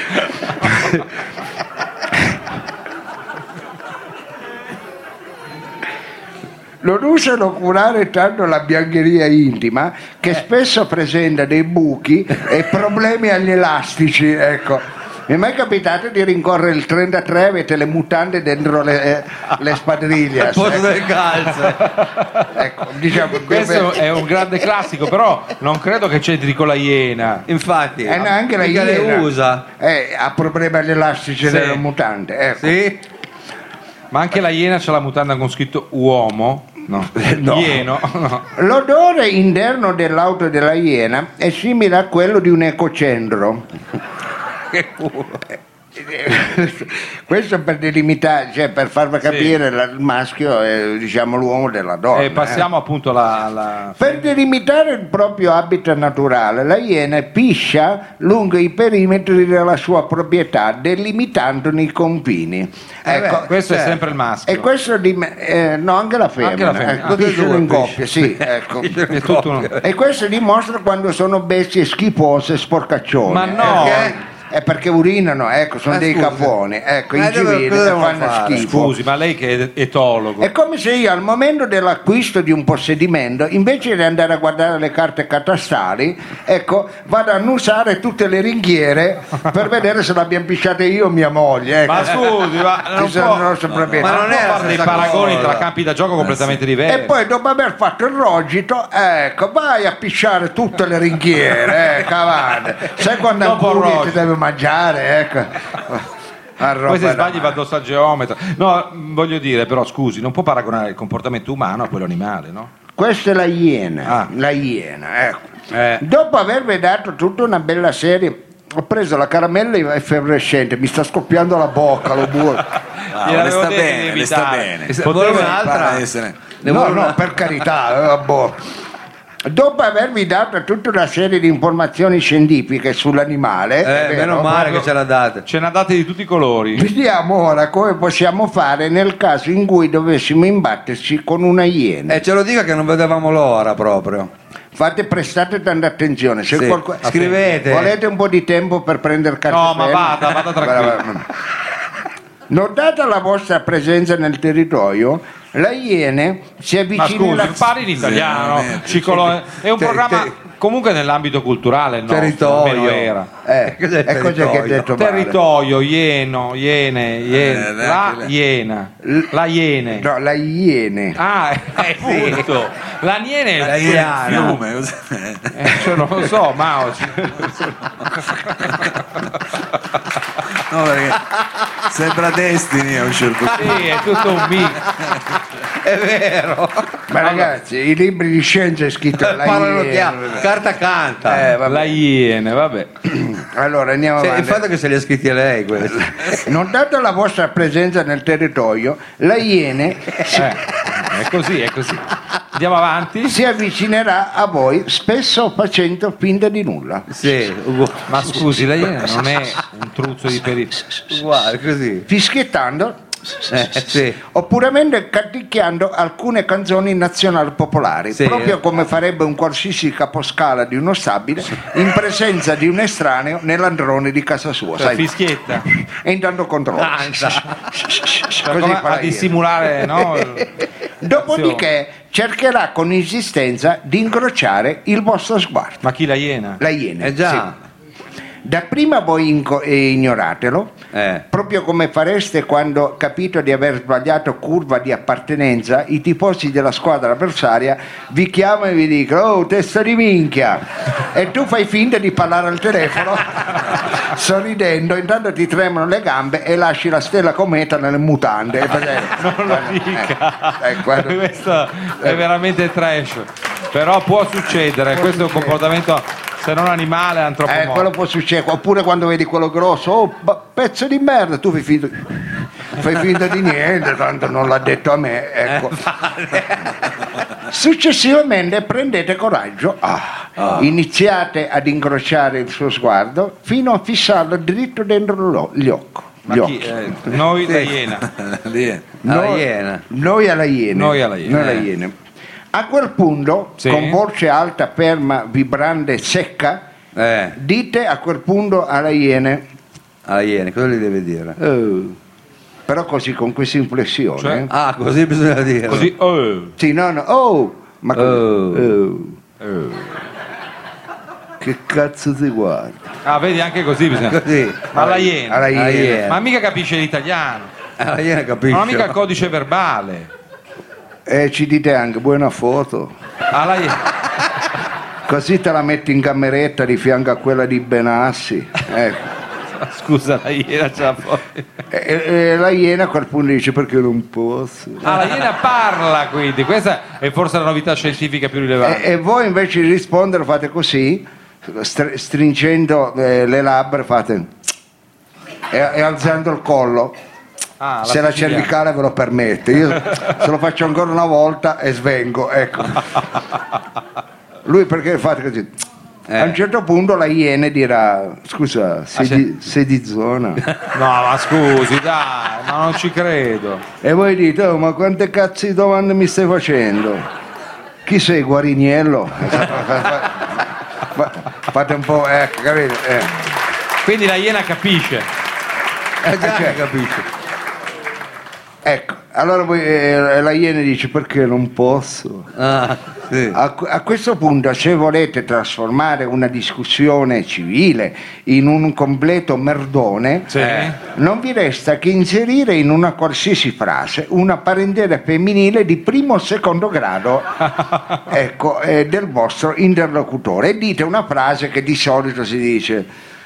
Non usano curare tanto la biancheria intima che spesso presenta dei buchi e problemi agli elastici, ecco. Mi è mai capitato di rincorrere il trentatré, avete le mutande dentro le, eh, le spadriglie? Al posto delle calze. Ecco, diciamo, Questo è un grande classico, però non credo che c'entri con la Iena. Infatti, eh, no, anche la mica le Iena usa. eh, ha problemi agli elastici Sì. delle mutande. Ecco. Sì? Ma anche la Iena c'ha la mutanda con scritto uomo. No, No. Ieno. No. L'odore interno dell'auto della Iena è simile a quello di un ecocentro. Che culo. Questo per delimitare, cioè per farvi capire la- il maschio e diciamo l'uomo della donna. E passiamo appunto alla, alla- Per delimitare il proprio habitat naturale, la Iena piscia lungo i perimetri della sua proprietà, delimitandone i confini. Ecco, questo è cioè, sempre il maschio. E questo di, eh, no, anche la femmina. Anche la femmina. Ecco, Tutte e pisciano due in pisci- coppia, sì, ecco. è tutto uno- E questo dimostra quando sono bestie schifose e sporcaccione. Ma no! Perché? È perché urinano, ecco, sono Ma dei scusi. caponi, ecco, Ma dove- incivili, cosa e devono fanno fare? schifo. Scusi, ma lei che è etologo. È come se io al momento dell'acquisto di un possedimento, invece di andare a guardare le carte catastali, ecco, vado a annusare tutte le ringhiere per vedere se l'abbiamo pisciate io o mia moglie. Ecco. Ma scusi, ma non Che sono può, le nostre proprietà. ma Ma non non è è la fare dei stessa paragoni cosa. tra campi da gioco completamente E diversi. poi dopo aver fatto il rogito, ecco, vai a pisciare tutte le ringhiere, ecco, avanti. Sai quando Dopo il alcuni ti rogito. deve mangiare, ecco. Ma roba Poi se da sbagli male. va addosso al geometra. No, mh, voglio dire, però scusi, non può paragonare il comportamento umano a quello animale, no? Questa è la Iena, Ah. la Iena, ecco. Eh. Dopo avervi dato tutta una bella serie, ho preso la caramella effervescente, mi sta scoppiando la bocca, lo buono. Ah, Gliel'avevo le sta detto di bene, le sta evitare. bene. E se- Vuole potrebbe- un'altra? Pare essere- Ne No, vuole no, una- per carità, eh, vabbè. Dopo avervi dato tutta una serie di informazioni scientifiche sull'animale, è Eh, vero? meno male che ce l'ha data. Ce n'ha date di tutti i colori. Vediamo ora come possiamo fare nel caso in cui dovessimo imbatterci con una iena. E ce lo dica che non vedevamo l'ora proprio. Fate, prestate tanta attenzione. Se Sì. qualco- Scrivete. Volete un po' di tempo per prendere carta No, e ma penna? vada, vada tranquillo. Notata la vostra presenza nel territorio, la Iene si Ma avvicinerà. scusi, parli in italiano. veramente. ci colo- È un Te- programma te- comunque nell'ambito culturale, il nostro, Territorio. almeno era. Eh, Cos'è e cos'è che ha territorio? detto male? Territorio, ieno, iene, iene, Eh, la anche lei. iena, la iene. No, la Iene. Ah, è appunto. La niene La è Iena, il fiume, cos'è? Eh, cioè, non lo so, Mao. No, perché sembra Destiny a un certo punto. Sì, è tutto un mix. È vero. Ma ragazzi, i libri di scienza è scritto la Parlano Iene. chiaro. Carta canta. Eh, vabbè. La iene, vabbè. Allora andiamo Sì, il avanti. fatto che se li ha scritti a lei questo. Notata la vostra presenza nel territorio, la Iene si, Eh, è così, è così. Andiamo avanti. si avvicinerà a voi, spesso facendo finta di nulla. Sì, ugu- Ma scusi, la iena non è un truzzo di pericolo. uguale, così. Fischiettando Eh, sì. oppure canticchiando alcune canzoni nazionali popolari, Sì. proprio come farebbe un qualsiasi caposcala di uno stabile in presenza di un estraneo nell'androne di casa sua, Cioè, sai? fischietta. E intanto controllo. Cioè, Così come fa la a Iene. dissimulare, no? Dopodiché cercherà con insistenza di incrociare il vostro sguardo. Ma chi la iena? La Iene. Eh già. sì. Dapprima voi inco- eh, ignoratelo, Eh. proprio come fareste quando, capito di aver sbagliato curva di appartenenza, i tifosi della squadra avversaria vi chiamano e vi dicono: oh, testa di minchia, e tu fai finta di parlare al telefono sorridendo, intanto ti tremano le gambe e lasci la stella cometa nelle mutande. Non lo dica. Eh, eh, guarda. Questo è veramente trash. Però può succedere, questo è un comportamento, se non animale, Eh, antropomorfo. quello può succedere, oppure quando vedi quello grosso, oh, ba- pezzo di merda, tu fai finta, fai finta di niente, tanto non l'ha detto a me, ecco. Successivamente prendete coraggio, ah, iniziate ad incrociare il suo sguardo fino a fissarlo dritto dentro lo- gli occhi. Ma gli chi? occhi. Eh, noi la iena. Lì è. Alla Noi- Iena. Noi alla Iene. Noi alla Iene. Noi alla Iene. A quel punto, Sì. con voce alta, ferma, vibrante, secca, Eh, dite a quel punto alla Iene: alla Iena, cosa gli deve dire? "Oh", però così con questa inflessione. Cioè? eh. Ah, così bisogna dire. Così, oh. Sì, no, no, oh, ma così. Oh. Oh. Oh. che cazzo ti guardi? Ah, vedi, anche così bisogna. Così. Alla iena. Alla iena. Alla iena. Ma mica capisce l'italiano. Eh, la iena capisce. Non ha mica il codice verbale. E ci dite anche, vuoi una foto? Alla iena. Così te la metti in cameretta di fianco a quella di Benassi. Ecco. Scusa, la iena ce la puoi. E, e la iena a quel punto dice perché non posso. Ah, la iena parla, quindi. Questa è forse la novità scientifica più rilevante. E, e voi invece di rispondere fate così, str- stringendo eh, le labbra, fate e, e alzando il collo. Ah, Se la siciliana. cervicale ve lo permette, io se lo faccio ancora una volta e svengo, ecco. Lui perché fate così? Eh. A un certo punto la iena dirà: scusa, sei, Ah, di, sei di zona? No, ma scusi, dai, ma non ci credo. E voi dite: oh, ma quante cazzo di domande mi stai facendo? Chi sei, Guariniello? Fate un po', ecco, capite? Eh. Quindi la iena capisce. Eh, già, cioè, capisce. Ecco, allora poi eh, la iena dice perché non posso. Ah, sì. A, a questo punto, se volete trasformare una discussione civile in un completo merdone, Sì. non vi resta che inserire in una qualsiasi frase una parentela femminile di primo o secondo grado ecco, eh, del vostro interlocutore, e dite una frase che di solito si dice: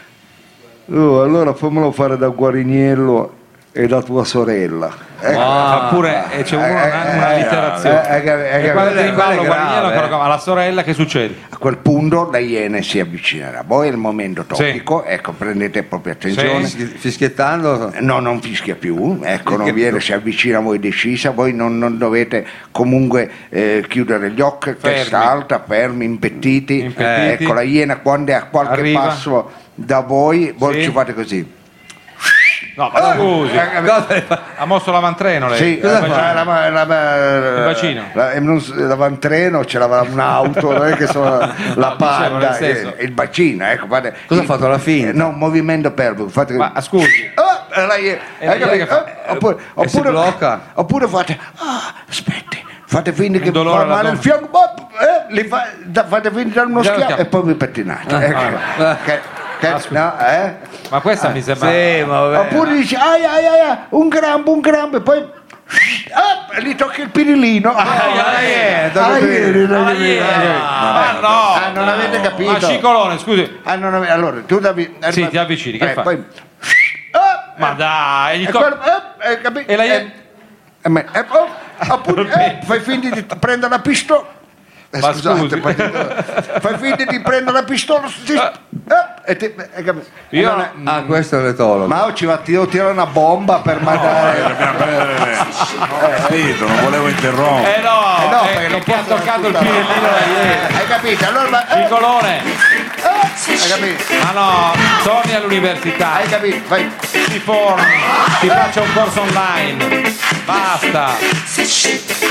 oh, allora fammelo fare da Guariniello e da tua sorella. Ecco. Fa pure, e c'è uno, una, una Eh, literazione. eh, eh, eh, E quando eh, ti ballo quella è Guariniello, grave, ancora- alla sorella che succede? A quel punto la iena si avvicinerà a voi, è il momento topico, ecco, prendete proprio attenzione. Sì. Fischi- Fischiettando. No, non fischia più, ecco, non Fischia viene, più. si avvicina a voi decisa, voi non, non dovete comunque eh, chiudere gli occhi, testa alta, fermi, impettiti. Impettiti. Ecco, la iena quando è a qualche Arriva. passo da voi, voi Sì. ci fate così. No, ma scusi, Cosa- ha mosso l'avantreno lei? Sì, Il eh, bacino. la, la, la, la- Il bacino. la- eh, non s- l'avantreno ce l'aveva un'auto, non è che sono la dicevo, panda, nel senso. eh, il bacino, ecco, fate, Cosa il- ha fatto, la finta? eh, No, movimento pelvico, fate Ma scusi, Oh, eh, la iena, E la hai iena capito? che fa? Eh, oppure, E si oppure- blocca. oppure fate ah, aspetti, fate finta che dolore fa male all'addome. il fianco, boh, eh, li fa- da- fate finta di dare uno Già lo schiaffo schiaffo. e poi vi pettinate, ecco. ah. Che- che- Ah, scusi. no, eh? ma questa mi sembra. Sì, ma vabbè. Oppure dici ai ai ai ai, un grambo, un grambo e poi ah, gli tocca il pirilino. Ah, Ai, ai, ai, tocca il pirilino. Ah, ieri. Ma no, Ah, non avete capito? Ma Cicolone, scusi. Ah, non ave- allora tu devi Sì, ti avvicini, che eh, fa? poi ah, Ma dai, gli e, to- quello- eh, eh, capi- E la eh, eh, ma- eh, oh, oppure eh, fai finta di prendere la pistola. Eh, Ma scusate, scusi. poi- fai finta di prendere la pistola sì, eh, e ti- eh, capi- Io- non è- Ah, questo è l'etologo. ma ci va a tirare una bomba per mandare Capito, non volevo interrompere. Eh no, Eh no, eh, perché non che ha possono toccato il ascoltare. pirellino da ieri. hai capito? Allora ma- eh, Cicolone, hai capito? ma no, torni all'università, Hai capito? Vai. si formi, ti faccia un corso online, basta.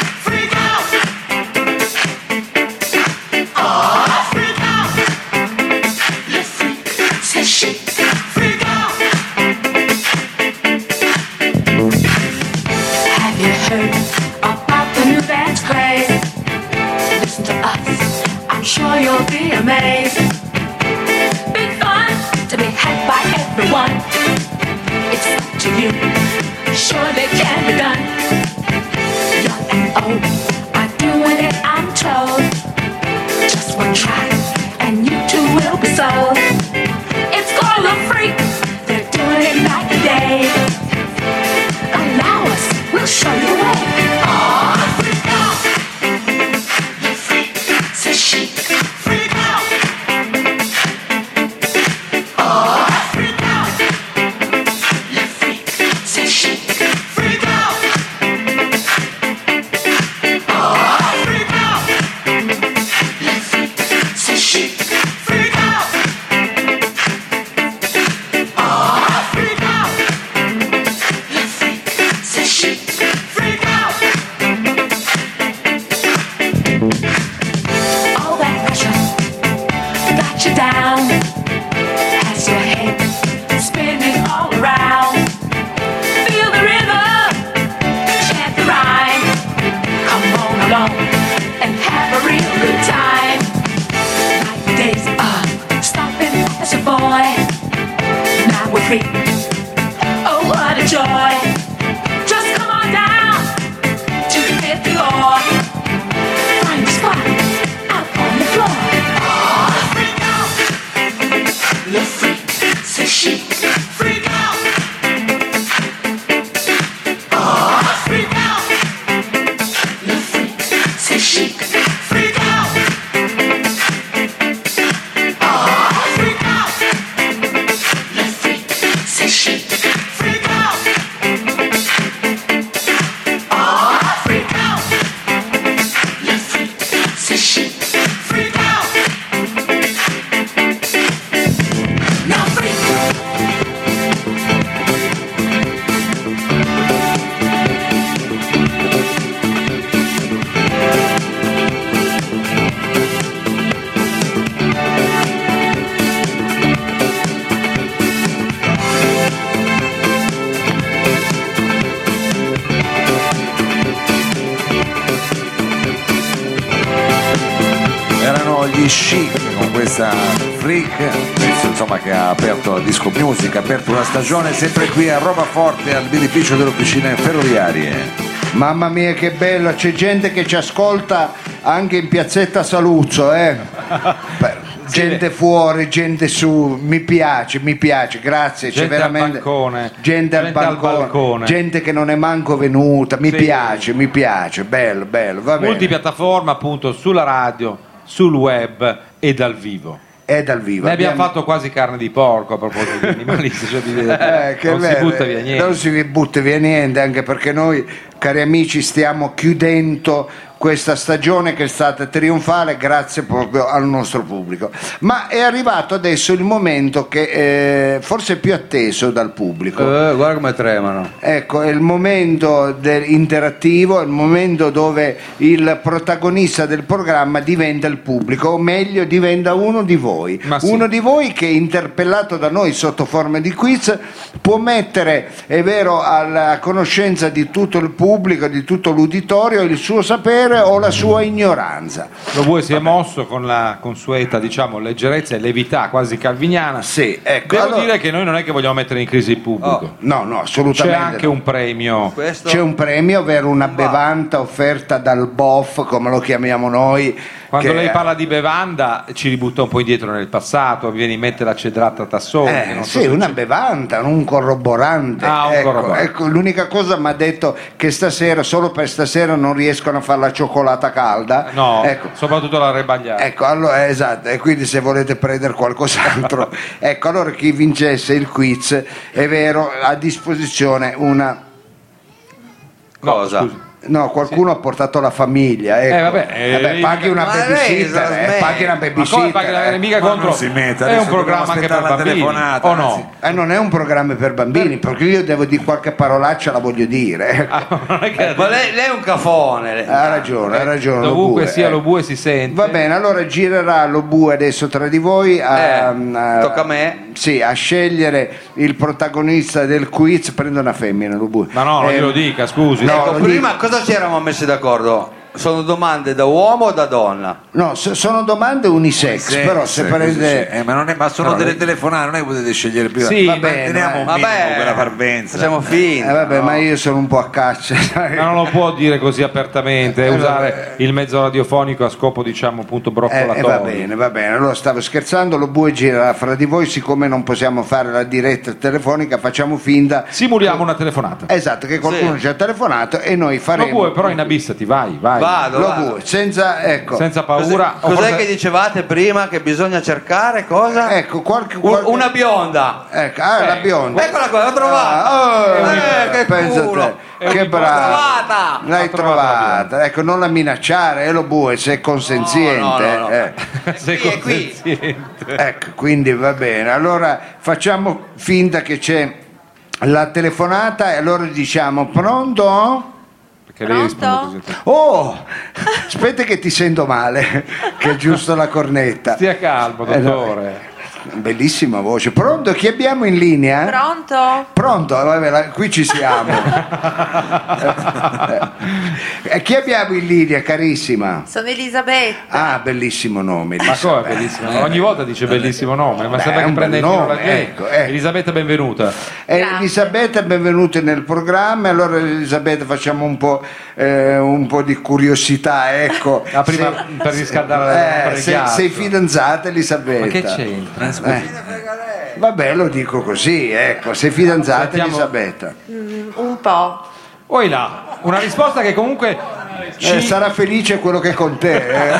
Have you heard about the new dance craze? Listen to us, I'm sure you'll be amazed. Big fun to be had by everyone. It's up to you, surely can be done. Young and old are doing it, I'm told. Just one try, and you too will be sold. It's called a freak, they're doing it night and day. Allow us, we'll show you a way. Oh, freak out. You freak, says she. Freak out. Oh, freak out. You freak, says gli Chic con questa Freak, insomma, che ha aperto la disco music, ha aperto una stagione sempre qui a Roma Forte al beneficio delle officine ferroviarie. Mamma mia che bello, c'è gente che ci ascolta anche in piazzetta Saluzzo, eh? Gente fuori, gente su, mi piace, mi piace, grazie. Gente c'è veramente al balcone, gente, al, gente al balcone, balcone. gente che non è manco venuta, mi Sì. piace, mi piace, bello, bello, va bene. Multipiattaforma appunto sulla radio, sul web e dal vivo. È dal vivo. Ne abbiamo fatto quasi carne di porco a proposito di animalisti, cioè di Eh, che non si bello, butta via niente. non si butta via niente, anche perché noi, cari amici, stiamo chiudendo questa stagione che è stata trionfale grazie proprio al nostro pubblico. Ma è arrivato adesso il momento che eh, forse è più atteso dal pubblico. Eh, guarda come tremano. Ecco, è il momento del- interattivo, è il momento dove il protagonista del programma diventa il pubblico, o meglio diventa uno di voi. Ma sì. Uno di voi che, interpellato da noi sotto forma di quiz, può mettere, è vero, alla conoscenza di tutto il pubblico, di tutto l'uditorio, il suo sapere o la sua ignoranza. Lo Bue si è mosso con la consueta, diciamo, leggerezza e levità quasi calviniana. Sì, ecco. Devo allora- dire che noi non è che vogliamo mettere in crisi il pubblico. No, no, C'è assolutamente. anche no. un premio. Questo C'è un premio, ovvero una bevanda offerta dal B O F, come lo chiamiamo noi. Quando che- lei parla di bevanda ci ributta un po' indietro nel passato, mi viene in mente la cedrata Tassoni. Eh, non so sì, se una c'è- bevanda, un corroborante. Ah, un ecco, corroborante. ecco, l'unica cosa mi ha detto che stasera, solo per stasera, non riescono a fare la cioccolata calda. No, ecco. soprattutto la rebagliata. Ecco, allora, esatto, e quindi se volete prendere qualcos'altro, ecco, allora chi vincesse il quiz, è vero, ha a disposizione una... No, cosa? scusi. No, qualcuno ha portato la famiglia, ecco. Eh, vabbè, eh, Vabbè, paghi una ma lei babysitter, sa eh, smettere. paghi una Ma come babysitter. pagare eh. mica Ma contro? non si metta, È adesso un programma dobbiamo anche per aspettare la bambini, telefonata, o no? anzi. Eh, non è un programma per bambini, perché io devo dire qualche parolaccia, la voglio dire. ecco. Ah, non è che Ma lei, lei è un cafone. lei. Ha ragione, ha ragione. lo dovunque bue, sia eh. lo bue si sente. Va bene, allora girerà lo bue adesso tra di voi a, Eh, a- tocca a me. Sì, a scegliere il protagonista del quiz. Prendo una femmina, lo bue. Ma no, non Eh, glielo dica, scusi. no, Ecco, lo prima cosa ci eravamo messi d'accordo? Sono domande da uomo o da donna? No, so- sono domande unisex, Sì, però sì, se così prende... sì. Eh, ma, non è, ma sono No, delle lei- telefonate, non è che potete scegliere più. Sì, va bene, teniamo un eh. minimo Vabbè, quella parvenza. facciamo finta. Eh, vabbè, no? ma io sono un po' a caccia. sai. Ma non lo può dire così apertamente, Eh, usare il mezzo radiofonico a scopo, diciamo, appunto Eh, broccolatorio. eh, va bene, va bene. Allora stavo scherzando, lo bue girerà fra di voi, siccome non possiamo fare la diretta telefonica, facciamo finta. Simuliamo una telefonata. Esatto, che qualcuno Sì. ci ha telefonato e noi Lo faremo. bue, però inabissati, vai, vai. Vado, Lo vado. bue, senza, ecco, Senza Cos'è, paura. O cos'è forse- che dicevate prima che bisogna cercare? Cosa? ecco, qualche, Un- qualche- una bionda. Ecco, ah, Eh, la bionda. Eccola qua, l'ho trovata. Ah, oh, Eh, che pensa culo. te, È che un- bravo. L'ho trovata. L'hai L'ho trovata la trovata, ecco, non la minacciare, eh, lo bue, se è consenziente. No, no, no, no. eh. Sei Qui è qui. consenziente. Ecco, quindi va bene. Allora facciamo finta che c'è la telefonata e allora diciamo pronto? Perché lei Pronto? risponde così. Oh, aspetta che ti sento male, che è giusto la cornetta. Stia calmo, Eh, no. dottore. Bellissima voce. Pronto? Chi abbiamo in linea? Pronto? Pronto? Eh, vabbè, la- qui ci siamo. Eh, chi abbiamo in linea, carissima? Sono Elisabetta. Ah, bellissimo nome. Ma come Elisabetta. bellissimo? Ogni volta dice bellissimo nome, ma Beh, sembra è che un prenda in bel giro la nome, gente. ecco, ecco. Elisabetta, benvenuta. Eh, Grazie. Elisabetta, benvenuti nel programma. Allora, Elisabetta, facciamo un po', eh, un po' di curiosità. Ecco, Ah, prima Se- per riscaldare la eh, per il sei, ghiaccio. sei fidanzata, Elisabetta? Ma che c'entra? Eh. Vabbè, lo dico così, ecco, sei fidanzata, Sentiamo- Elisabetta. Mm, un po'. Poi là, una risposta che comunque ci... Eh, sarà felice quello che è con te. eh.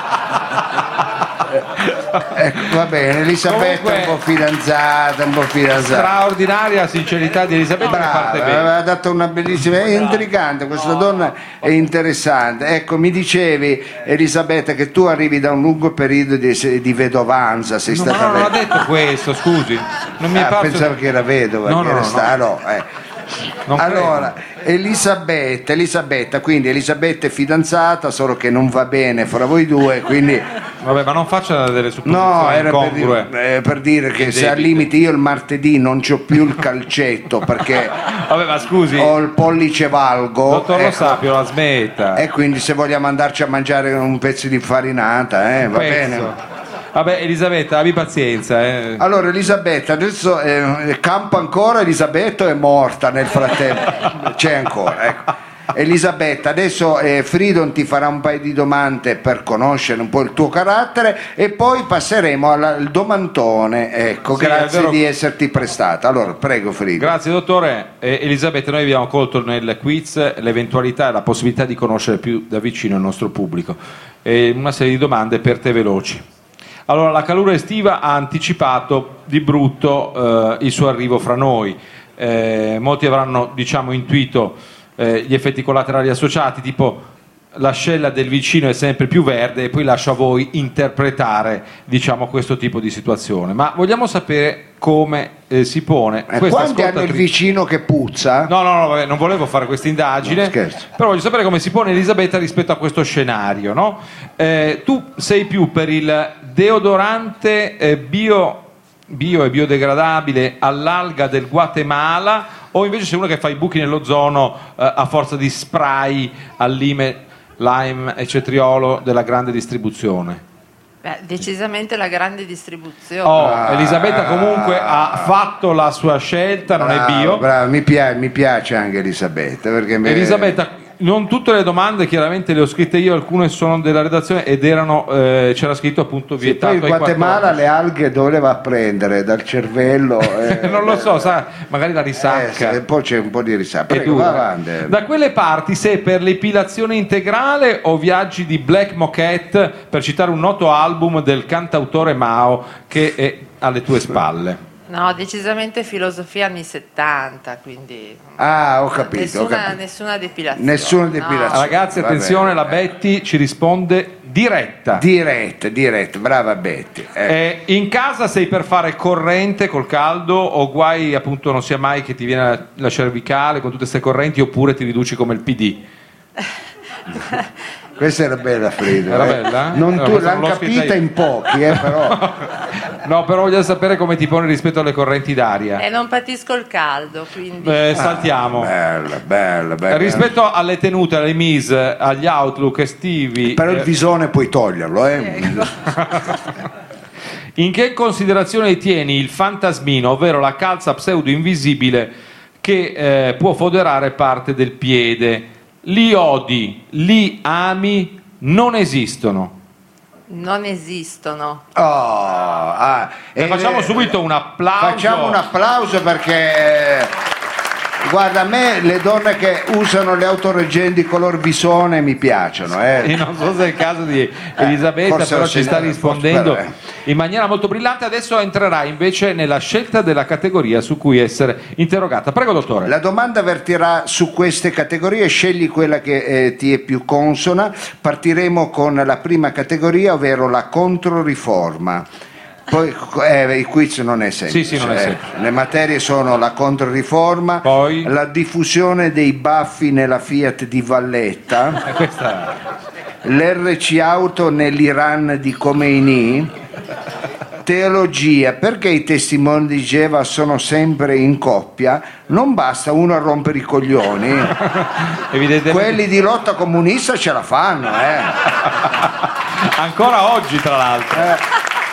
Ecco, va bene, Elisabetta Comunque- è un po' fidanzata, un po' fidanzata. straordinaria sincerità di Elisabetta che parte Brava, bene. aveva dato una bellissima, è intrigante, questa donna è interessante. Ecco, mi dicevi Elisabetta che tu arrivi da un lungo periodo di, di vedovanza, sei No, stata ma non ha ve- detto questo, scusi. Non mi è Ah, parso... pensavo che era vedova, No, che no, era no, sta- no, eh. Non Allora, Elisabetta, Elisabetta, quindi Elisabetta è fidanzata, solo che non va bene fra voi due, quindi Vabbè, ma non faccia delle supposizioni No, era per incongrue. dire, eh, per dire che se al Indebite. limite io il martedì non c'ho più il calcetto perché Vabbè, ma scusi, ho il pollice valgo, dottor Lo ecco, Sapio, la smetta. e quindi se vogliamo andarci a mangiare un pezzo di farinata, eh, va Penso. bene. Vabbè, Elisabetta, abbi pazienza. Eh. Allora Elisabetta, adesso eh, campa ancora, Elisabetta è morta nel frattempo, c'è ancora, ecco. Elisabetta, adesso eh, Fridon ti farà un paio di domande per conoscere un po' il tuo carattere e poi passeremo alla- al domandone, ecco, Sì, è grazie vero. di esserti prestata. Allora, prego Fridon. Grazie dottore. Eh, Elisabetta, noi abbiamo colto nel quiz l'eventualità e la possibilità di conoscere più da vicino il nostro pubblico. Eh, una serie di domande per te veloci. Allora, la calura estiva ha anticipato di brutto eh, il suo arrivo fra noi. Eh, molti avranno, diciamo, intuito eh, gli effetti collaterali associati, tipo l'ascella del vicino è sempre più verde, e poi lascio a voi interpretare, diciamo, questo tipo di situazione. Ma vogliamo sapere come eh, si pone Eh, questa quanti hanno il ascoltatrice. vicino che puzza? No, no, no, vabbè, non volevo fare questa indagine, No, scherzo. però voglio sapere come si pone Elisabetta rispetto a questo scenario, no? Eh, tu sei più per il deodorante eh, bio, bio e biodegradabile all'alga del Guatemala, o invece sei uno che fa i buchi nell'ozono eh, a forza di spray al lime, lime e cetriolo della grande distribuzione? Beh, decisamente la grande distribuzione. Oh, Ah. Elisabetta comunque ha fatto la sua scelta, non è Bravo, bio. bravo, mi, piace, mi piace anche Elisabetta perché me- Elisabetta, non tutte le domande chiaramente le ho scritte io, alcune sono della redazione ed erano, eh, c'era scritto appunto Sì, vietato poi il ai Guatemala quattordici. le alghe dove le va a prendere? Dal cervello? eh, Non lo so, sa, magari la eh, risacca. se- poi c'è un po' di risacca. È Prego, dura. va avanti. Da quelle parti sei per l'epilazione integrale o viaggi di Black Moquette, per citare un noto album del cantautore Mao che è alle tue spalle? No, decisamente filosofia anni settanta, quindi Ah, ho capito, ho nessuna, capito. nessuna depilazione. Nessuna No. depilazione. Ragazzi, Va attenzione, bene, la eh. Betty ci risponde diretta. Diretta, diretta, brava Betty. eh. Eh, in casa sei per fare corrente col caldo, o guai appunto non sia mai che ti viene la, la cervicale con tutte queste correnti, oppure ti riduci come il P D? Questa era bella, Frido. Era eh. bella? Non No, tu, questa l'hanno non l'ho scritta capita io. in pochi, eh, però. No, però voglio sapere come ti poni rispetto alle correnti d'aria. E non patisco il caldo, quindi Eh, saltiamo. Bella, bella, bella. Rispetto alle tenute, alle mise, agli outlook estivi, Però il eh, visone puoi toglierlo, eh. in che considerazione tieni il fantasmino, ovvero la calza pseudo invisibile che eh, può foderare parte del piede? Li odi, li ami, non esistono. non esistono. Oh, ah, E eh, facciamo eh, subito un applauso. Facciamo un applauso perché eh, guarda, a me le donne che usano le autoreggenti color visone mi piacciono, E eh. non so se è il caso di Elisabetta, forse però lo ci sta segna- rispondendo forse, eh. in maniera molto brillante. Adesso entrerà invece nella scelta della categoria su cui essere interrogata. Prego, dottore. La domanda vertirà su queste categorie, scegli quella che eh, ti è più consona. Partiremo con la prima categoria, ovvero la controriforma. Poi eh, il quiz non è semplice. Sì, sì, non è eh. semplice. Le materie sono la controriforma, Poi? la diffusione dei baffi nella Fiat di Valletta, Eh, questa l'R C auto nell'Iran di Khomeini, teologia, perché i testimoni di Geova sono sempre in coppia, non basta uno a rompere i coglioni, evidentemente quelli di lotta comunista ce la fanno, eh. ancora oggi, tra l'altro.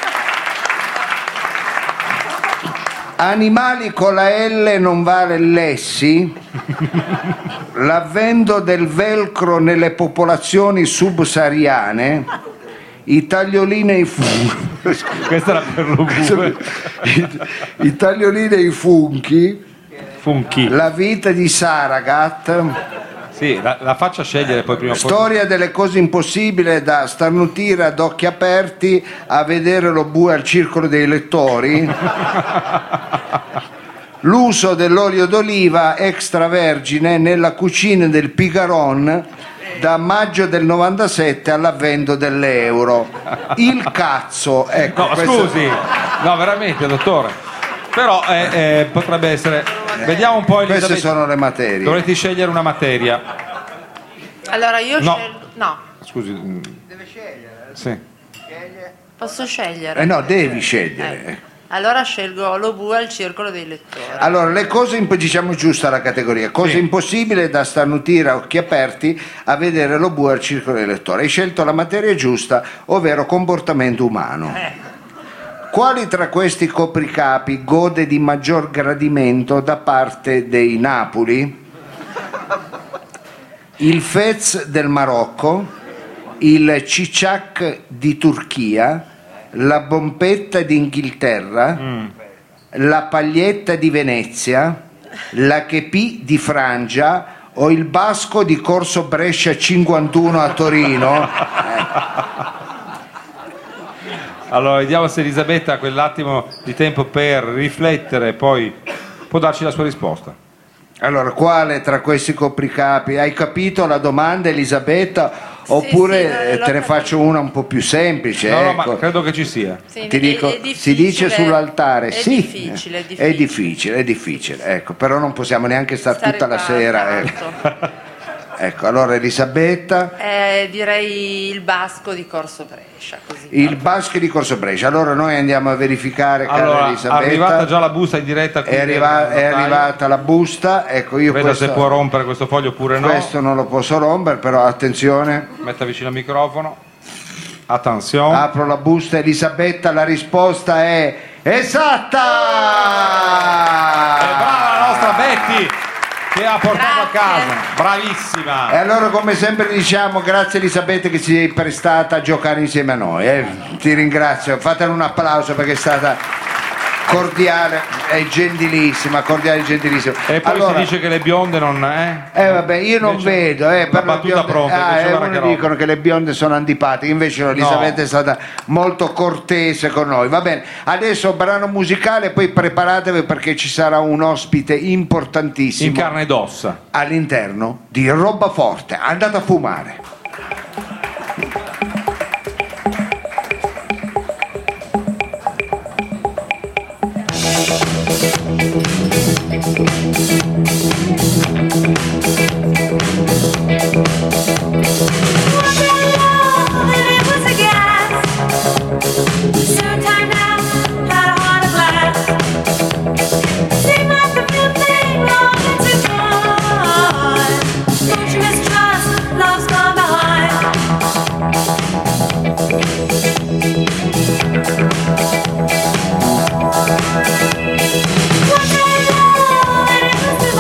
Animali con la L non vale l'essi, l'avvento del velcro nelle popolazioni subsahariane, i tagliolini e i funghi, Questa era per lo bue. i, i tagliolini e i funghi, Funky. la vita di Saragat, Sì, la, la faccia scegliere poi prima o poi. storia delle cose impossibili da starnutire ad occhi aperti a vedere lo bue al circolo dei lettori, l'uso dell'olio d'oliva extravergine nella cucina del Pigaron da maggio del novantasette all'avvento dell'euro, il cazzo, ecco, No, questo- scusi, no, veramente, dottore. Però eh, eh, potrebbe essere. Vediamo un po', queste Elisabetta. sono le materie. Dovresti scegliere una materia. Allora io No. scelgo. No, Scusi. Deve scegliere? Sì. Posso scegliere? Eh no, devi scegliere. Ecco. Allora scelgo lo bue al circolo dei lettori. Allora, le cose, imp- diciamo giusta la categoria, cose Sì. impossibili da starnutire a occhi aperti a vedere lo bue al circolo dei lettori. Hai scelto la materia giusta, ovvero comportamento umano. Quali tra questi copricapi gode di maggior gradimento da parte dei Napoli? Il Fez del Marocco, il Cicciac di Turchia, la Bompetta d'Inghilterra, la Paglietta di Venezia, la Chepì di Francia o il Basco di Corso Brescia cinquantuno a Torino? Allora, vediamo se Elisabetta ha quell'attimo di tempo per riflettere, poi può darci la sua risposta. Allora, quale tra questi copricapi? Hai capito la domanda, Elisabetta? Oppure sì, eh, l'ho te ne capito. faccio una un po' più semplice? No, no, ecco. ma credo che ci sia. Sì, Ti è- dico, è si dice difficile. sull'altare, È sì, difficile, è è difficile. difficile, è difficile, ecco, però non possiamo neanche stare Stare tutta la qua, sera. Ecco. esatto. Ecco, allora Elisabetta, Eh, direi il Basco di Corso Brescia, così. il Basco di Corso Brescia. Allora noi andiamo a verificare, cara Allora, Elisabetta. arrivata già la busta in diretta. qui è, arriva- del è notaio. arrivata la busta, ecco io Veda questo, se può rompere questo foglio oppure no. questo non lo posso rompere, però attenzione, Metta vicino al microfono. Attenzione. apro la busta, Elisabetta, la risposta è esatta! E brava la nostra Betty che ha portato Grazie. a casa. Bravissima. E allora, come sempre diciamo, grazie Elisabetta che si è prestata a giocare insieme a noi. eh. Ti ringrazio, fatele un applauso perché è stata cordiale e gentilissima, cordiale e gentilissima. E poi Allora, si dice che le bionde non è. eh vabbè, io non Invece- vedo, eh, la per le battuta bionde- pronta, ah, invece eh, guarda uno che roba. dicono che le bionde sono antipatiche, invece no, Elisabetta No. è stata molto cortese con noi. Va bene, adesso brano musicale, poi preparatevi perché ci sarà un ospite importantissimo In carne ed ossa. all'interno di Roba Forte. Andate a fumare. One day, love, and it was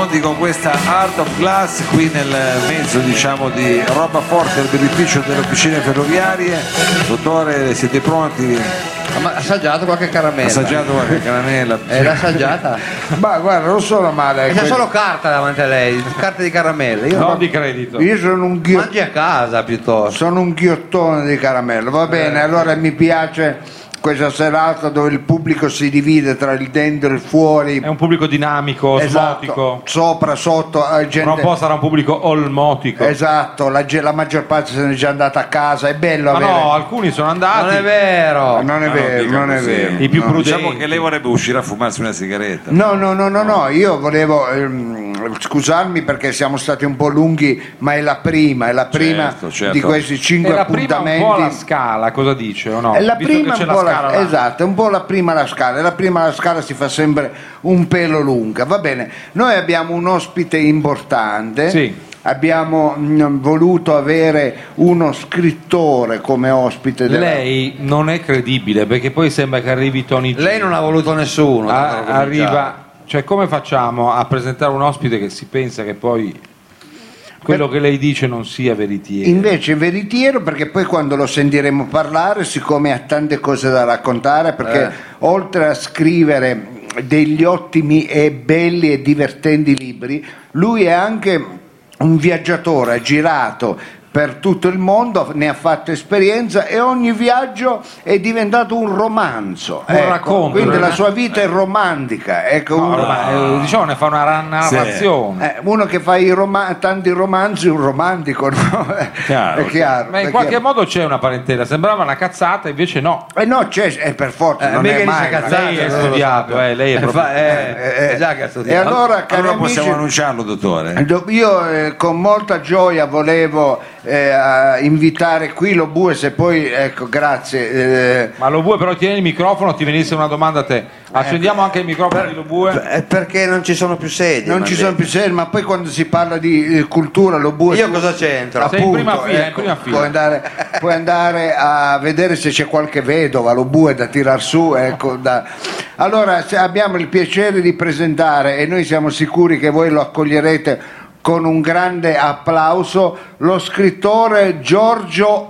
pronti con questa Art of Glass qui nel mezzo, diciamo, di roba forte al beneficio delle officine ferroviarie. Dottore, siete pronti? Ma assaggiato qualche caramella? Assaggiato qualche caramella? Era assaggiata? Ma guarda, non sono male. E c'è solo carta davanti a lei, carta di caramelle. Io, Non di credito. Io sono un ghio- mangi a casa piuttosto. sono un ghiottone di caramello. Va bene, allora mi piace questa serata dove il pubblico si divide tra il dentro e il fuori. È un pubblico dinamico, Esatto, osmotico. sopra, sotto, eh, gente. Tra un po' sarà un pubblico olmotico. Esatto, la, ge- la maggior parte se n'è già andata a casa, è bello Ma avere. no, alcuni sono andati. Non è vero. Non è No, vero, dica non è così. vero. I più No. prudenti. Diciamo che lei vorrebbe uscire a fumarsi una sigaretta. No, no, no, no, no, io volevo ehm, scusarmi perché siamo stati un po' lunghi, ma è la prima, è la prima Certo, certo. di questi È cinque la prima un appuntamenti. po' la scala, cosa dice o no? È la Visto prima che c'è un po' la la, scala là. esatto, è un po' la prima la scala, la prima la scala si fa sempre un pelo lunga, va bene. Noi abbiamo un ospite importante. Sì. Abbiamo mh, voluto avere uno scrittore come ospite della... Lei non è credibile perché poi sembra che arrivi Tony G. Lei non ha voluto nessuno. Ah, tanto per cominciare. arriva, cioè come facciamo a presentare un ospite che si pensa che poi quello che lei dice non sia veritiero? Invece è veritiero, perché poi quando lo sentiremo parlare, siccome ha tante cose da raccontare, perché Eh. oltre a scrivere degli ottimi e belli e divertenti libri, lui è anche un viaggiatore, ha girato per tutto il mondo, ne ha fatto esperienza e ogni viaggio è diventato un romanzo. Un ecco. racconto, Quindi no? la sua vita è romantica. Ecco, No, uno, ma, eh, diciamo ne fa una ra- narrazione. eh, uno che fa i roma- tanti romanzi, un romantico, no? Chiaro, È chiaro. Ma in è qualche chiaro. modo c'è una parentela, sembrava una cazzata, invece no. Eh no, c'è, è per forza, Eh, non mica è dice mai. cazzate, Lei è non lo studiato, so. eh, lei è Eh, proprio- fa- eh, Eh, eh, già che ha E studiato. allora, cari Allora amici, possiamo annunciarlo, dottore? do- io eh, con molta gioia volevo eh, invitare qui lo Bue, se poi, ecco, grazie. eh, Ma lo Bue però tieni il microfono, ti venisse una domanda a te. Accendiamo anche il microfono di lo Bue. È perché non ci sono più sedie. non m'ha ci sono detto. più seri, ma poi quando si parla di eh, cultura, lo Bue... Io tu- cosa c'entro? Sei in Appunto, prima fila, in ecco, prima fila. Puoi andare, puoi andare a vedere se c'è qualche vedova, lo Bue da tirar su, ecco, da- Allora, se abbiamo il piacere di presentare, e noi siamo sicuri che voi lo accoglierete con un grande applauso, lo scrittore Giorgio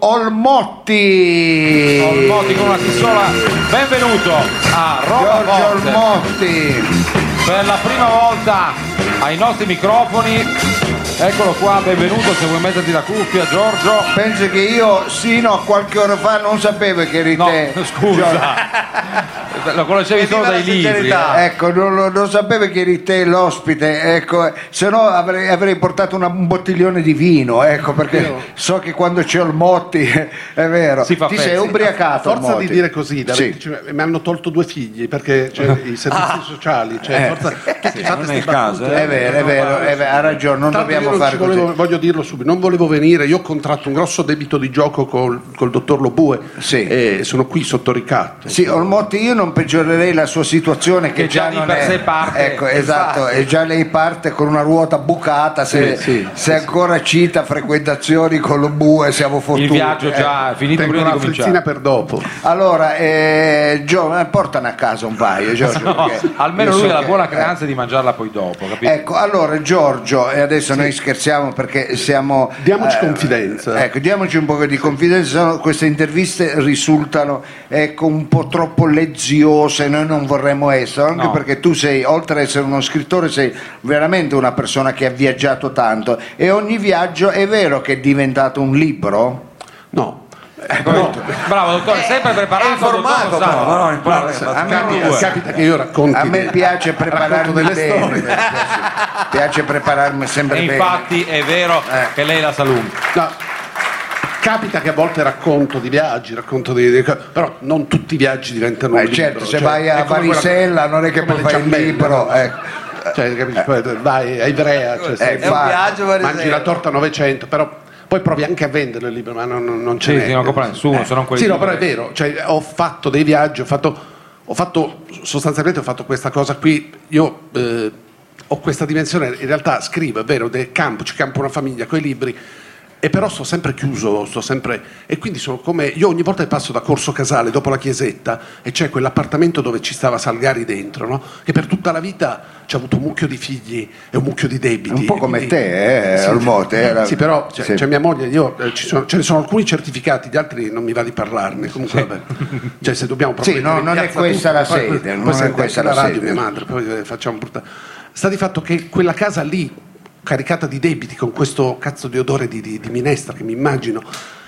Olmotti. Olmotti con una tissola. Benvenuto a Roba Giorgio Forte. Olmotti. Per la prima volta ai nostri microfoni. Eccolo qua, benvenuto, se vuoi metterti la cuffia, Giorgio. Penso che io sino a qualche ora fa non sapevo che eri No, te. scusa. Lo conoscevi solo Viva la dai libri. sincerità. eh. Ecco, non, lo- non sapevo che eri te l'ospite, ecco, se no avrei, avrei portato una- un bottiglione di vino, ecco, perché so che quando c'è Olmotti è vero. Si fa Ti pezzi. sei ubriacato. A forza Olmotti? di dire così, da Sì. venticinque mi hanno tolto due figli perché cioè, i servizi sociali, cioè, Eh. forza, tutti fate non è ste il caso, battute. È vero, è vero, è vero, ha ragione, non Tanto dobbiamo io non fare ci così. volevo- voglio dirlo subito, non volevo venire, io ho contratto un grosso debito di gioco col, col dottor Lobue Sì. e sono qui sotto ricatto. Sì, Olmotti, io non peggiorerei la sua situazione che, Che già di non per è, sé parte. ecco, esatto, e già lei parte con una ruota bucata, se, Sì, sì, se ancora cita frequentazioni con lo Bue siamo fottuti. Il viaggio eh. già finito Tengo prima di una frizzina cominciare. per dopo. Allora, eh, Gio, eh, portane a casa un paio, Giorgio. No, perché almeno io lui so ha la che- buona eh. creanza di mangiarla poi dopo, capito? Ecco, allora Giorgio, e adesso noi scherziamo perché siamo... Diamoci confidenza. Ecco, diamoci un po' di confidenza, sennò queste interviste risultano, ecco, un po' troppo leziose, noi non vorremmo essere, anche No. perché tu sei, oltre ad essere uno scrittore, sei veramente una persona che ha viaggiato tanto, e ogni viaggio è vero che è diventato un libro? No. No. Bravo dottore, sempre preparato. è informato, dottor Lo sa. No, no, in A me, Capita, due. capita che io racconti. a me piace racconto prepararmi delle bene, storie. mi piace prepararmi sempre E bene. infatti è vero Eh. che lei la sa lunga. No, capita che a volte racconto di viaggi, racconto di, di- però non tutti i viaggi diventano un Beh, libro. certo, se cioè, vai a è come quella- Varisella non è che come poi le fai il ciambelle, libro, no? ecco. Cioè, capisci? Poi vai a Ivrea, cioè, sei- È un viaggio, per mangi esempio. la torta novecento, però poi provi anche a vendere il libro, ma non, non, non ce Sì, n'è. sì, non compra nessuno, se non quelli Sì, no, libri. però è vero, cioè, ho fatto dei viaggi, ho fatto, ho fatto sostanzialmente ho fatto questa cosa qui, io eh, ho questa dimensione, in realtà scrivo, è vero, del campo, ci campo una famiglia, coi libri, E però sto sempre chiuso, sto sempre. E quindi sono come. Io ogni volta che passo da Corso Casale dopo la chiesetta e c'è quell'appartamento dove ci stava Salgari dentro, no? Che per tutta la vita ci ha avuto un mucchio di figli e un mucchio di debiti. Un po' come quindi, te, eh, sì, Olmote. Era... Sì, però c'è, sì. c'è mia moglie, io eh, ci sono, ce ne sono alcuni certificati, gli altri non mi va di parlarne. Comunque, vabbè. Cioè, se dobbiamo proprio. Sì, no, non è questa la sede, non è questa la radio, sede. mia madre, poi facciamo brutta. Sta di fatto che quella casa lì, caricata di debiti, con questo cazzo di odore di, di, di minestra che mi immagino,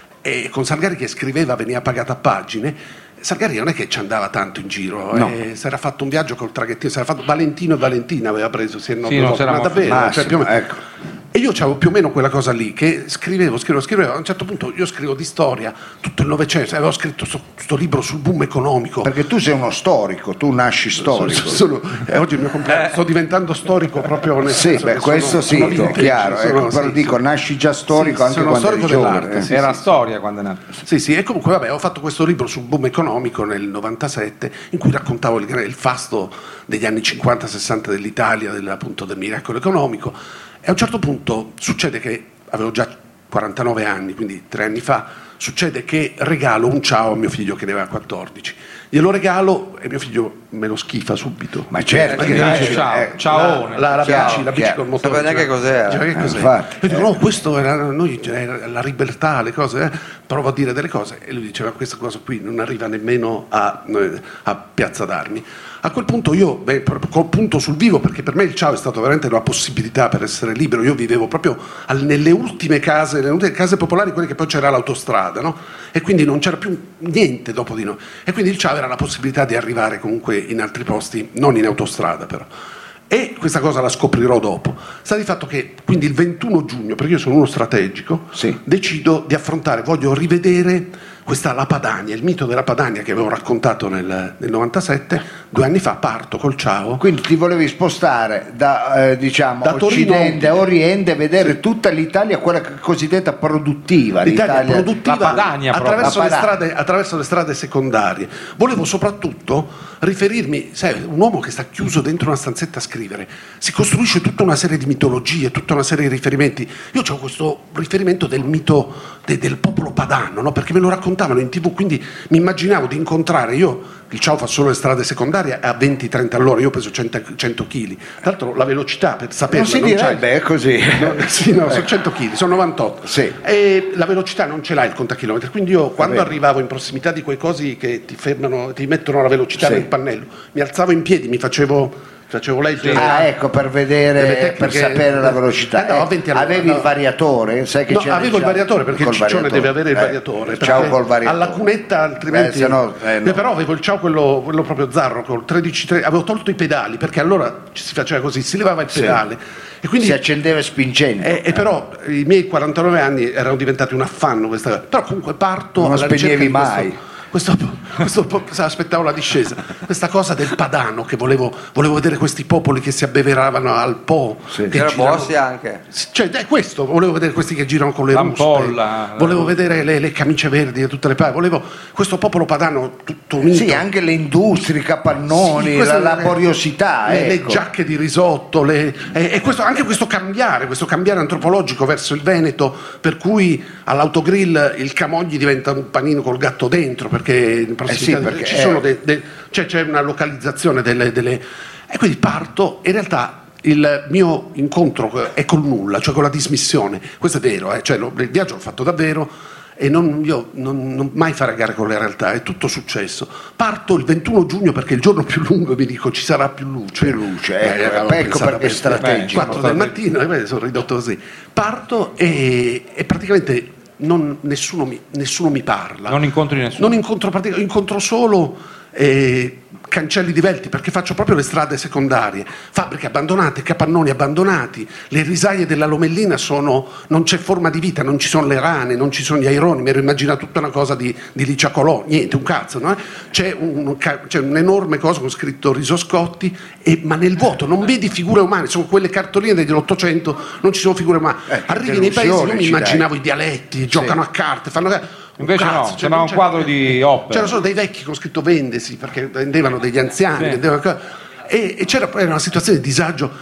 e con Salgari che scriveva, veniva pagata a pagine. Salgari non è che ci andava tanto in giro, no. eh, si era fatto un viaggio col traghettino, si era fatto Valentino e Valentina, aveva preso, si erano Sì, non ma c'era davvero, Massimo, cioè, più o meno. ecco. E io avevo più o meno quella cosa lì, che scrivevo, scrivevo, scrivevo, a un certo punto io scrivo di storia, tutto il Novecento, avevo scritto questo libro sul boom economico. Perché tu sei uno storico, tu nasci storico. Sono, sono, eh, oggi è il mio compleanno, sto diventando storico proprio nel Sì, senso beh, che questo sono, sì, sono è vintage, chiaro, sono- ecco, però sì, dico, sì. nasci già storico Sì, anche sono quando storico eri giovane. dell'arte, eh. sì. Era storia quando è nato. Sì, sì, e comunque vabbè, ho fatto questo libro sul boom economico nel novantasette in cui raccontavo il, il fasto degli anni cinquanta sessanta dell'Italia, del, appunto del miracolo economico, e a un certo punto succede che avevo già quarantanove anni, quindi tre anni fa, succede che regalo un ciao a mio figlio che ne aveva quattordici. Glielo regalo e mio figlio me lo schifa subito. Ma certo, Perché che dice, dice, ciao, eh, ciao. La, la, la Chiaro, bici, la bici chiaro. col motore. Sapeva neanche cos'era. Diceva, che Eh, cos'è? infatti, Io dico, eh. no, questo era, noi, era la libertà, le cose, eh. Provo a dire delle cose. E lui diceva, questa cosa qui non arriva nemmeno a, a Piazza d'Armi. A quel punto io, beh, proprio col punto sul vivo, perché per me il ciao è stato veramente una possibilità per essere libero. Io vivevo proprio al, nelle ultime case, nelle ultime case popolari, quelle che poi c'era l'autostrada, no? E quindi non c'era più niente dopo di noi. E quindi il ciao era la possibilità di arrivare comunque in altri posti, non in autostrada però. E questa cosa la scoprirò dopo. Sta di fatto che quindi il ventuno giugno, perché io sono uno strategico, Sì. decido di affrontare, voglio rivedere questa La Padania, il mito della Padania che avevo raccontato nel, nel novantasette, due anni fa parto col ciao. Quindi ti volevi spostare da, eh, diciamo, Da Torino occidente a oriente e vedere tutta l'Italia, quella cosiddetta produttiva. L'Italia produttiva La Padania proprio. attraverso, La le Padania. strade, attraverso le strade secondarie. Volevo soprattutto riferirmi, sai, un uomo che sta chiuso dentro una stanzetta a scrivere, si costruisce tutta una serie di mitologie, tutta una serie di riferimenti. Io ho questo riferimento del mito de, del popolo padano, no? Perché me lo raccontavano in tv, quindi mi immaginavo di incontrare, io il ciao fa solo le strade secondarie a venti trenta all'ora, io peso cento chili, tra l'altro la velocità per saperlo Non si non c'hai. direbbe, è così. No, sì, no, sono cento chili, sono novantotto. Sì. E la velocità non ce l'ha il contachilometri, quindi io quando bene. arrivavo in prossimità di quei cosi che ti fermano, ti mettono la velocità Sì. nel pannello, mi alzavo in piedi, mi facevo, facevo leggere. Ah, ecco, per Delle vedere, tecniche- per sapere la velocità. Eh, no, a Eh, venti all'ora, avevi no. il variatore? Sai che No, c'è avevo il variatore perché il col ciccione variatore. deve avere il Eh, variatore. ciao perché col variatore. alla cunetta altrimenti. Eh, se no, eh, no. Beh, però avevo il ciao quello, quello proprio zarro col tredici tre, avevo tolto i pedali perché allora ci si faceva così, si levava il Sì. pedale e quindi Si accendeva spingendo. e, e però i miei quarantanove anni erano diventati un affanno questa cosa. Però comunque parto Non alla ricerca spegnevi di questo- mai. questo, questo, questo- aspettavo la discesa, questa cosa del padano che volevo, volevo vedere questi popoli che si abbeveravano al Po, Sì. che C'era girano- Bossi anche. cioè, è questo, volevo vedere questi che girano con le L'ampolla. ruspe, volevo vedere le, le camicie verdi e tutte le palle, volevo questo popolo padano tutto unito. Sì, anche le industrie, i capannoni, Sì, questo- la laboriosità. le, le ecco. giacche di risotto, le- e, e questo, anche questo cambiare, questo cambiare antropologico verso il Veneto, per cui all'autogrill il Camogli diventa un panino col gatto dentro, perché, in prossimità sì, perché ci è- sono de- de- cioè, c'è una localizzazione delle, delle- e quindi parto, in realtà il mio incontro è col nulla, cioè con la dismissione, questo è vero, eh, cioè, lo- il viaggio l'ho fatto davvero e non, io non, non mai fare a gara con la realtà, è tutto successo. Parto il ventuno giugno perché il giorno più lungo mi dico ci sarà più luce. Più luce, ecco, avevo ecco pensato perché è bene. strategico. quattro del mattino, e beh, sono ridotto così. Parto e, e praticamente non- nessuno, mi, nessuno mi parla. Non incontri nessuno. Non incontro, pratic- incontro solo eh, cancelli divelti perché faccio proprio le strade secondarie, fabbriche abbandonate, capannoni abbandonati, le risaie della Lomellina sono, non c'è forma di vita, non ci sono le rane, non ci sono gli aironi, mi ero immaginato tutta una cosa di, di Licia Colò, niente, un cazzo, no? C'è, un, c'è un'enorme cosa con scritto Riso Scotti, e, ma nel vuoto non vedi figure umane, sono quelle cartoline dell'Ottocento, non ci sono figure umane. Eh, che Arrivi nei paesi, delusione io mi ci immaginavo i dialetti, giocano a carte, fanno... Invece cazzo, no, cioè, sembrava non un c'è- quadro di opera. C'erano solo dei vecchi con scritto vendesi, perché vendevano degli anziani, Sì. vendevano co- e, e c'era era una situazione di disagio.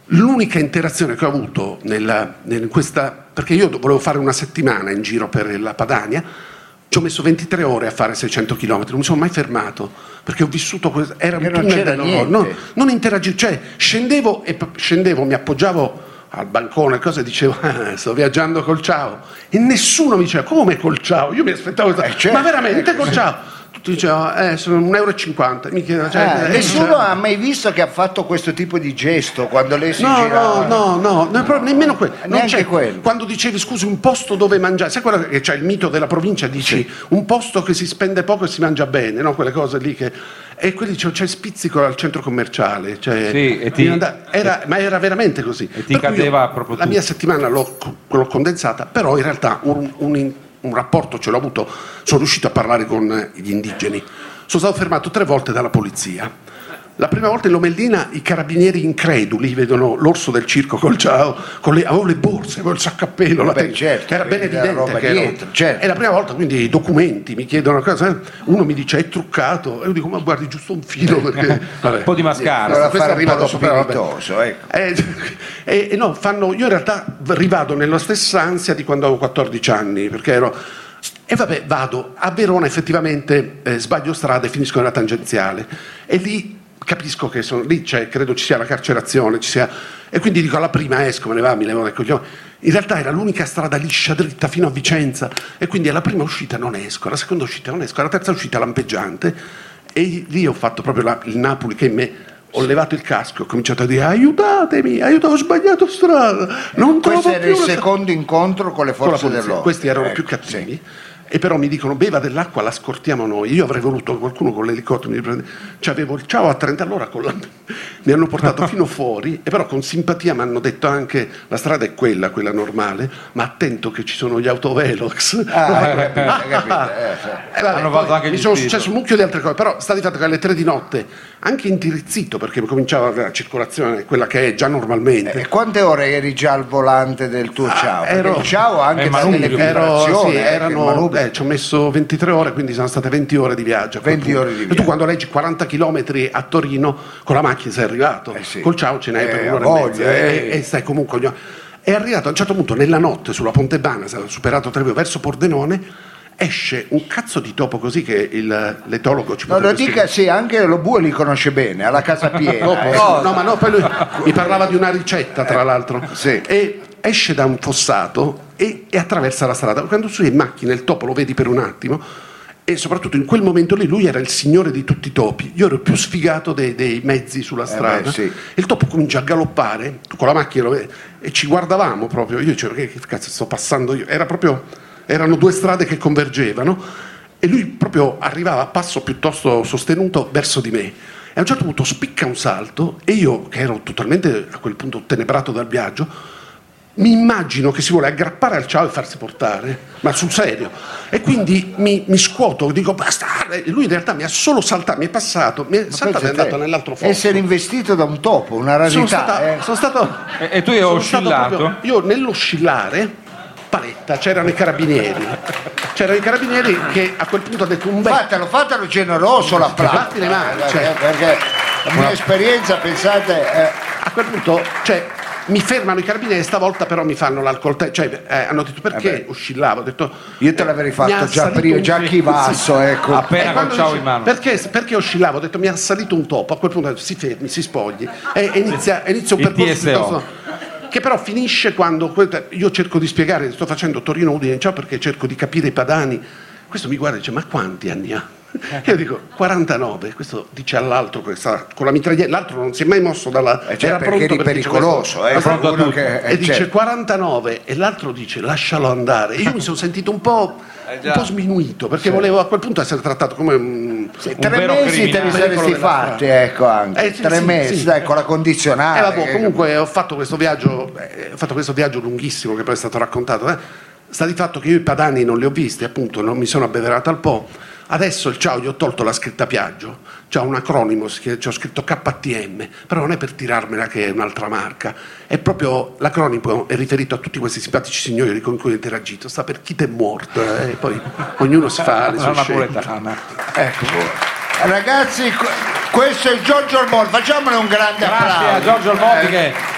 l'unica interazione che ho avuto nella, in questa, perché io volevo fare una settimana in giro per la Padania, ci ho messo ventitré ore a fare seicento chilometri, non mi sono mai fermato perché ho vissuto questo, era un non tunnel c'era dell'orrore, niente. non, non interagivo, cioè scendevo e scendevo, mi appoggiavo al bancone, cosa dicevo, ah, sto viaggiando col Ciao, e nessuno mi diceva come col Ciao, io mi aspettavo, Eh, certo. ma veramente col Ciao? Tutti dicevano, eh, sono un euro e cinquanta, mi chiedono, cioè, Ah, eh, nessuno cioè- ha mai visto che ha fatto questo tipo di gesto quando lei si No, girava? no, no, no, no, proprio nemmeno quello. Non Neanche c'è quello. Quando dicevi scusi un posto dove mangiare, sai quello che c'è il mito della provincia, dici un posto che si spende poco e si mangia bene, no? Quelle cose lì che. E quelli c'è, c'è spizzico al centro commerciale, cioè, Sì, e ti- andare- era, ma era veramente così. E ti Per cui cadeva io proprio La tutto. mia settimana l'ho, l'ho condensata, però in realtà un, un- un rapporto ce l'ho avuto, sono riuscito a parlare con gli indigeni. Sono stato fermato tre volte dalla polizia. La prima volta in Lomellina i carabinieri increduli vedono l'orso del circo col Ciao, con le, avevo le borse, avevo il sacco a pelo, la Beh, tecnica, certo, era ben vedi la evidente roba che ero- dietro, certo. è la prima volta, quindi i documenti mi chiedono cosa, uno mi dice è truccato, e io dico ma guardi giusto un filo perché vabbè. Un po' di mascara. Allora Questo fare un arriva po' lo dopo, però, vabbè. spiritoso, ecco. Eh, e, e no, fanno, io in realtà rivado nella stessa ansia di quando avevo quattordici anni, perché ero. E vabbè, vado a Verona, effettivamente eh, sbaglio strada e finisco nella tangenziale. E lì capisco che sono, lì c'è, credo ci sia la carcerazione, ci sia, e quindi dico alla prima esco, me ne va, mi levo dai coglioni. In realtà era l'unica strada liscia, dritta fino a Vicenza, e quindi alla prima uscita non esco, alla seconda uscita non esco, alla terza uscita lampeggiante, e lì ho fatto proprio la, il Napoli che in me. Ho levato il casco e ho cominciato a dire aiutatemi, aiuto, ho sbagliato strada, non trovo Questo più era il la- secondo incontro con le con la forze polizia. dell'ordine. Questi erano Ecco, più cattivi. sì. E però mi dicono beva dell'acqua, la scortiamo noi. Io avrei voluto qualcuno con l'elicottero mi prende. Cioè avevo il Ciao a trenta all'ora con la... mi hanno portato fino fuori, e però con simpatia mi hanno detto anche la strada è quella, quella normale, ma attento che ci sono gli autovelox. Ah, hai capito, hai capito, eh, sì. Eh, vabbè, Hanno fatto poi anche mi gli sono spirito. successo un mucchio di altre cose, però sta di fatto che alle tre di notte, anche intirizzito perché cominciava la circolazione, quella che è già normalmente. E quante ore eri già al volante del tuo Ciao? Perché ero- il Ciao ha anche Eh, delle manubrio. Ero, vibrazioni, sì, eh, che il erano, manubrio- eh, ci ho messo ventitré ore, quindi sono state venti ore di viaggio. a quel venti punto. ore di E viaggio. tu quando leggi quaranta chilometri a Torino con la macchina sei arrivato, Eh sì. col Ciao ce n'hai Eh, per ha un'ora voglia, e mezza eh. e, e stai comunque. ogni- È arrivato a un certo punto nella notte sulla Ponte Bana, si era superato Trevio verso Pordenone. Esce un cazzo di topo così che il, l'etologo ci No, lo potrebbe dica, sì, anche lo Bue li conosce bene, alla casa piena. spiegare. eh. No, no, ma no, poi lui mi parlava di una ricetta, tra l'altro. Sì. E esce da un fossato e, e attraversa la strada. Quando tu sei in macchina, il topo lo vedi per un attimo, e soprattutto in quel momento lì lui era il signore di tutti i topi. Io ero il più sfigato dei, dei mezzi sulla strada. beh, sì. E il topo comincia a galoppare, tu con la macchina lo vedi, e ci guardavamo proprio. Io dicevo, che, che cazzo sto passando io? Era proprio, erano due strade che convergevano. E lui proprio arrivava a passo piuttosto sostenuto verso di me. E a un certo punto spicca un salto, e io, che ero totalmente a quel punto tenebrato dal viaggio, mi immagino che si vuole aggrappare al Ciao e farsi portare, ma sul serio. E quindi mi, mi scuoto, dico basta. E lui in realtà mi ha solo saltato, mi è passato, mi è saltato e è andato nell'altro fosso. Essere investito da un topo, una rarità. Sono, stata- eh. sono stato. E- e tu hai sono stato oscillato? proprio- io nell'oscillare. Paletta, c'erano i carabinieri, c'erano i carabinieri che a quel punto ha detto un bel. Fatelo, fatelo generoso l'applauso. Fatti le mani, Eh, cioè. perché la mia esperienza, pensate, eh, A quel punto, cioè, mi fermano i carabinieri, stavolta però mi fanno l'alcol test, cioè, eh, hanno detto perché Eh beh. oscillavo, ho detto io te l'avrei mi fatto ha già salito prima, un- già a Chivasso, Sì. ecco. Appena E col quando Ciao dice, in mano. Perché, perché oscillavo? Ho detto mi ha salito un topo, a quel punto ho detto, si fermi, si spogli e, e inizia, e inizia un Il percorso T S O. piuttosto- che però finisce quando io cerco di spiegare, sto facendo Torino Udine Ciao perché cerco di capire i padani. Questo mi guarda e dice ma quanti anni ha? Io dico quarantanove, questo dice all'altro che sta con la mitraglietta, l'altro non si è mai mosso dalla... Eh, cioè, era perché pronto eri per dice, pericoloso, eh, questo- pronto a uno tutto. che- eh, e dice certo. quarantanove e l'altro dice lascialo andare. E io mi sono sentito un po', già. un po' sminuito perché volevo a quel punto essere trattato come un, Sì, un tre vero mesi te li criminale. saresti Pericolo della fatti, strada. ecco anche. Eh, sì, tre sì, mesi, sì. dai, con la condizionale. Eh, vabbè, che- comunque ho fatto questo viaggio, eh, ho fatto questo viaggio lunghissimo che poi è stato raccontato. Eh. Sta di fatto che io i padani non li ho visti, appunto, non mi sono abbeverato al Po. Adesso il Ciao gli ho tolto la scritta Piaggio, c'ha un acronimo, ci ho scritto K T M, però non è per tirarmela che è un'altra marca, è proprio l'acronimo è riferito a tutti questi simpatici signori con cui ho interagito, sta per chi t'è morto, eh, e poi ognuno si fa le La sue scelte. napoletana. Ecco, ragazzi, que- questo è Giorgio Ormol, facciamone un grande Grazie applauso. a Giorgio Almonti Eh, che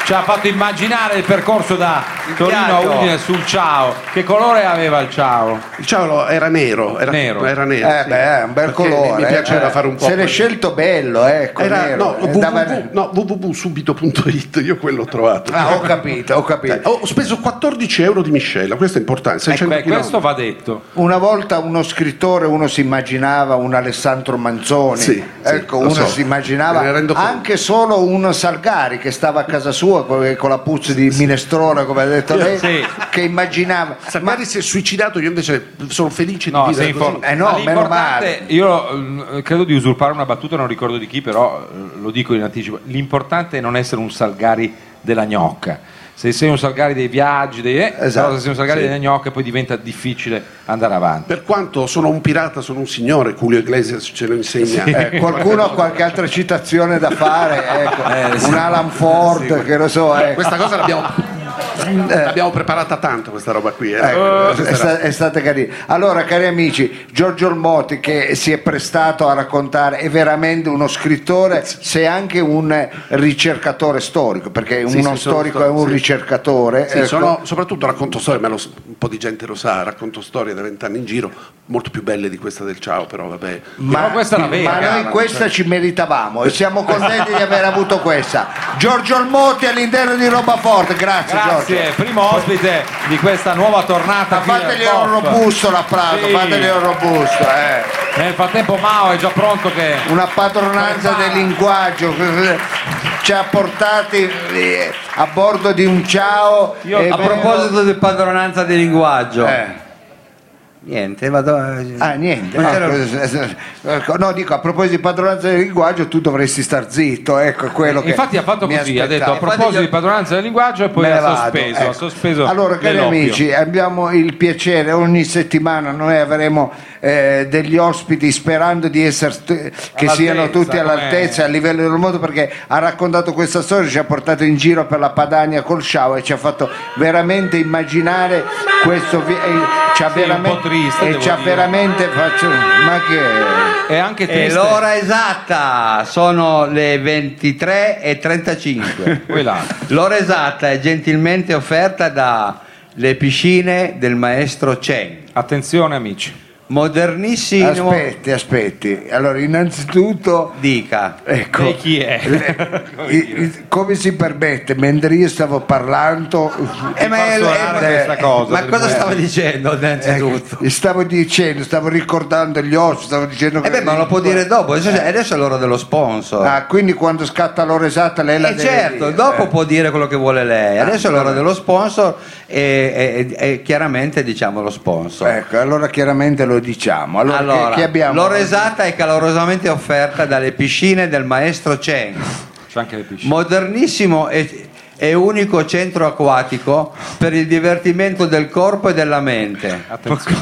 ci ha fatto immaginare il percorso da Torino a viaggio. Udine sul Ciao. Che colore aveva il Ciao? Il ciao era nero, era Nero. era nero, Eh sì. beh, è un bel Perché colore. mi piaceva eh. fare un po'. Se l'è scelto bello, ecco. Era nero. no, Eh, dava- www no, w w w subito punto it, io quello ho trovato. Ah, ho capito, ho capito. Eh, ho speso quattordici euro di miscela, questo è importante. seicento Beh, questo chilometri. va detto. Una volta uno scrittore, uno si immaginava un Alessandro Manzoni, Sì, ecco, sì, lo uno so, si me ne immaginava rendo conto. anche solo un Salgari che stava a casa sua con, con la puzza di minestrone, come ha detto lei, Sì. che immaginava. Salgari si è suicidato, io invece sono felice No, di sei vivere così. inform- Eh no, Ma meno l'importante, male. io eh, credo di usurpare una battuta, non ricordo di chi, però eh, lo dico in anticipo. L'importante è non essere un Salgari della gnocca. Se sei un Salgari dei viaggi, dei, eh, Esatto, però se sei un Salgari sì. della gnocca poi diventa difficile andare avanti. Per quanto sono un pirata, sono un signore, Julio Iglesias ce lo insegna. Eh, qualcuno ha qualche altra citazione da fare, ecco, un Alan Ford, che lo so, ecco. Questa cosa l'abbiamo, l'abbiamo preparata tanto, questa roba qui. eh. Ecco, Questa è, era- sta- è stata carina. Allora, cari amici, Giorgio Olmotti, che si è prestato a raccontare, è veramente uno scrittore, se anche un ricercatore storico, perché Sì, uno sì, sono storico è un sì. ricercatore. Sì, ecco. sono, soprattutto racconto storie, ma lo s- un po' di gente lo sa, racconto storie da vent'anni in giro, molto più belle di questa del Ciao, però vabbè. Però questa è la vera, ma noi cara, questa ci meritavamo e siamo contenti di aver avuto questa. Giorgio Olmotti all'interno di Roba Forte, grazie, Grazie, Giorgio. primo ospite di questa nuova tornata. Ma qui al fategli Pop. un robusto l'applauso, Sì. fategli un robusto, eh. Nel frattempo Mao è già pronto che Una padronanza del linguaggio che ci ha portati eh, a bordo di un Ciao. Io- e A vengo- proposito di padronanza di linguaggio, Eh. niente, vado a... Ah, niente. Non Ah, c'era- cosa- ecco, no, dico, a proposito di padronanza del linguaggio, tu dovresti star zitto, ecco, è quello che infatti ha fatto mi così, ha detto a aspettavo. proposito Infatti- di padronanza del linguaggio e poi Me ne ha vado, sospeso, ecco. ha sospeso Allora, cari l'eloquio. amici, abbiamo il piacere, ogni settimana noi avremo eh, degli ospiti sperando di essere che All'altezza, siano tutti com'è? all'altezza a livello del mondo, perché ha raccontato questa storia, ci ha portato in giro per la Padania col Ciao e ci ha fatto veramente immaginare questo vi- eh, ci ha Sì, un veramente, po' triste, e devo ci ha dire. veramente faccio, ma che è? È anche E triste. l'ora esatta sono le ventitré e trentacinque. Poi là. L'ora esatta è gentilmente offerta da le piscine del maestro Chen. Attenzione amici. Modernissimo. Aspetti, aspetti. Allora, innanzitutto, Dica. ecco, Lei chi è? le- i- i- come si permette, mentre io stavo parlando, Eh, ma, fa è- suonare eh, questa cosa ma del cosa maestro? stava dicendo innanzitutto? ecco, stavo dicendo, stavo ricordando gli ospiti, stavo dicendo Eh beh, ma lo può dire dopo, adesso, adesso è l'ora dello sponsor. Ah, quindi quando scatta l'ora esatta lei la Eh deve certo, dire. dopo Eh. può dire quello che vuole lei. Adesso è l'ora dello sponsor e, e- e chiaramente diciamo lo sponsor. Ecco, allora chiaramente lo diciamo. Allora, Allora, che, che abbiamo? l'ora esatta è calorosamente offerta dalle piscine del maestro Chen. C'è anche le piscine. Modernissimo e, e unico centro acquatico per il divertimento del corpo e della mente. Attenzione.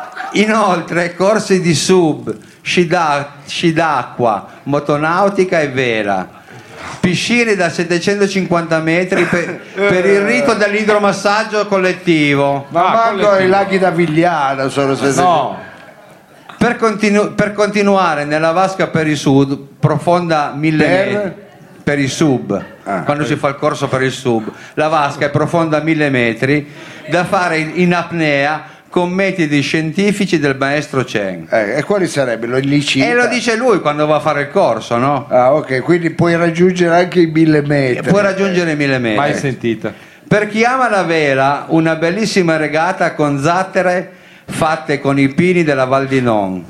Inoltre corsi di sub, sci da- sci d'acqua, motonautica e vela. Piscine da settecentocinquanta metri per, per il rito dell'idromassaggio collettivo. Ma Ah, manco collettivo. i laghi da Vigliano sono No, Per, continu- per continuare nella vasca per i sud, profonda mille Per? metri. Per i sub, Ah, quando si fa il corso per il sub, la vasca è profonda mille metri, da fare in, in apnea con metodi scientifici del maestro Chen. Eh, e quali sarebbero? Li cita? E lo dice lui quando va a fare il corso, no? Ah, ok, quindi puoi raggiungere anche i mille E metri. puoi raggiungere i mille metri. mai sentita. Per chi ama la vela, una bellissima regata con zattere fatte con i pini della Val di Non.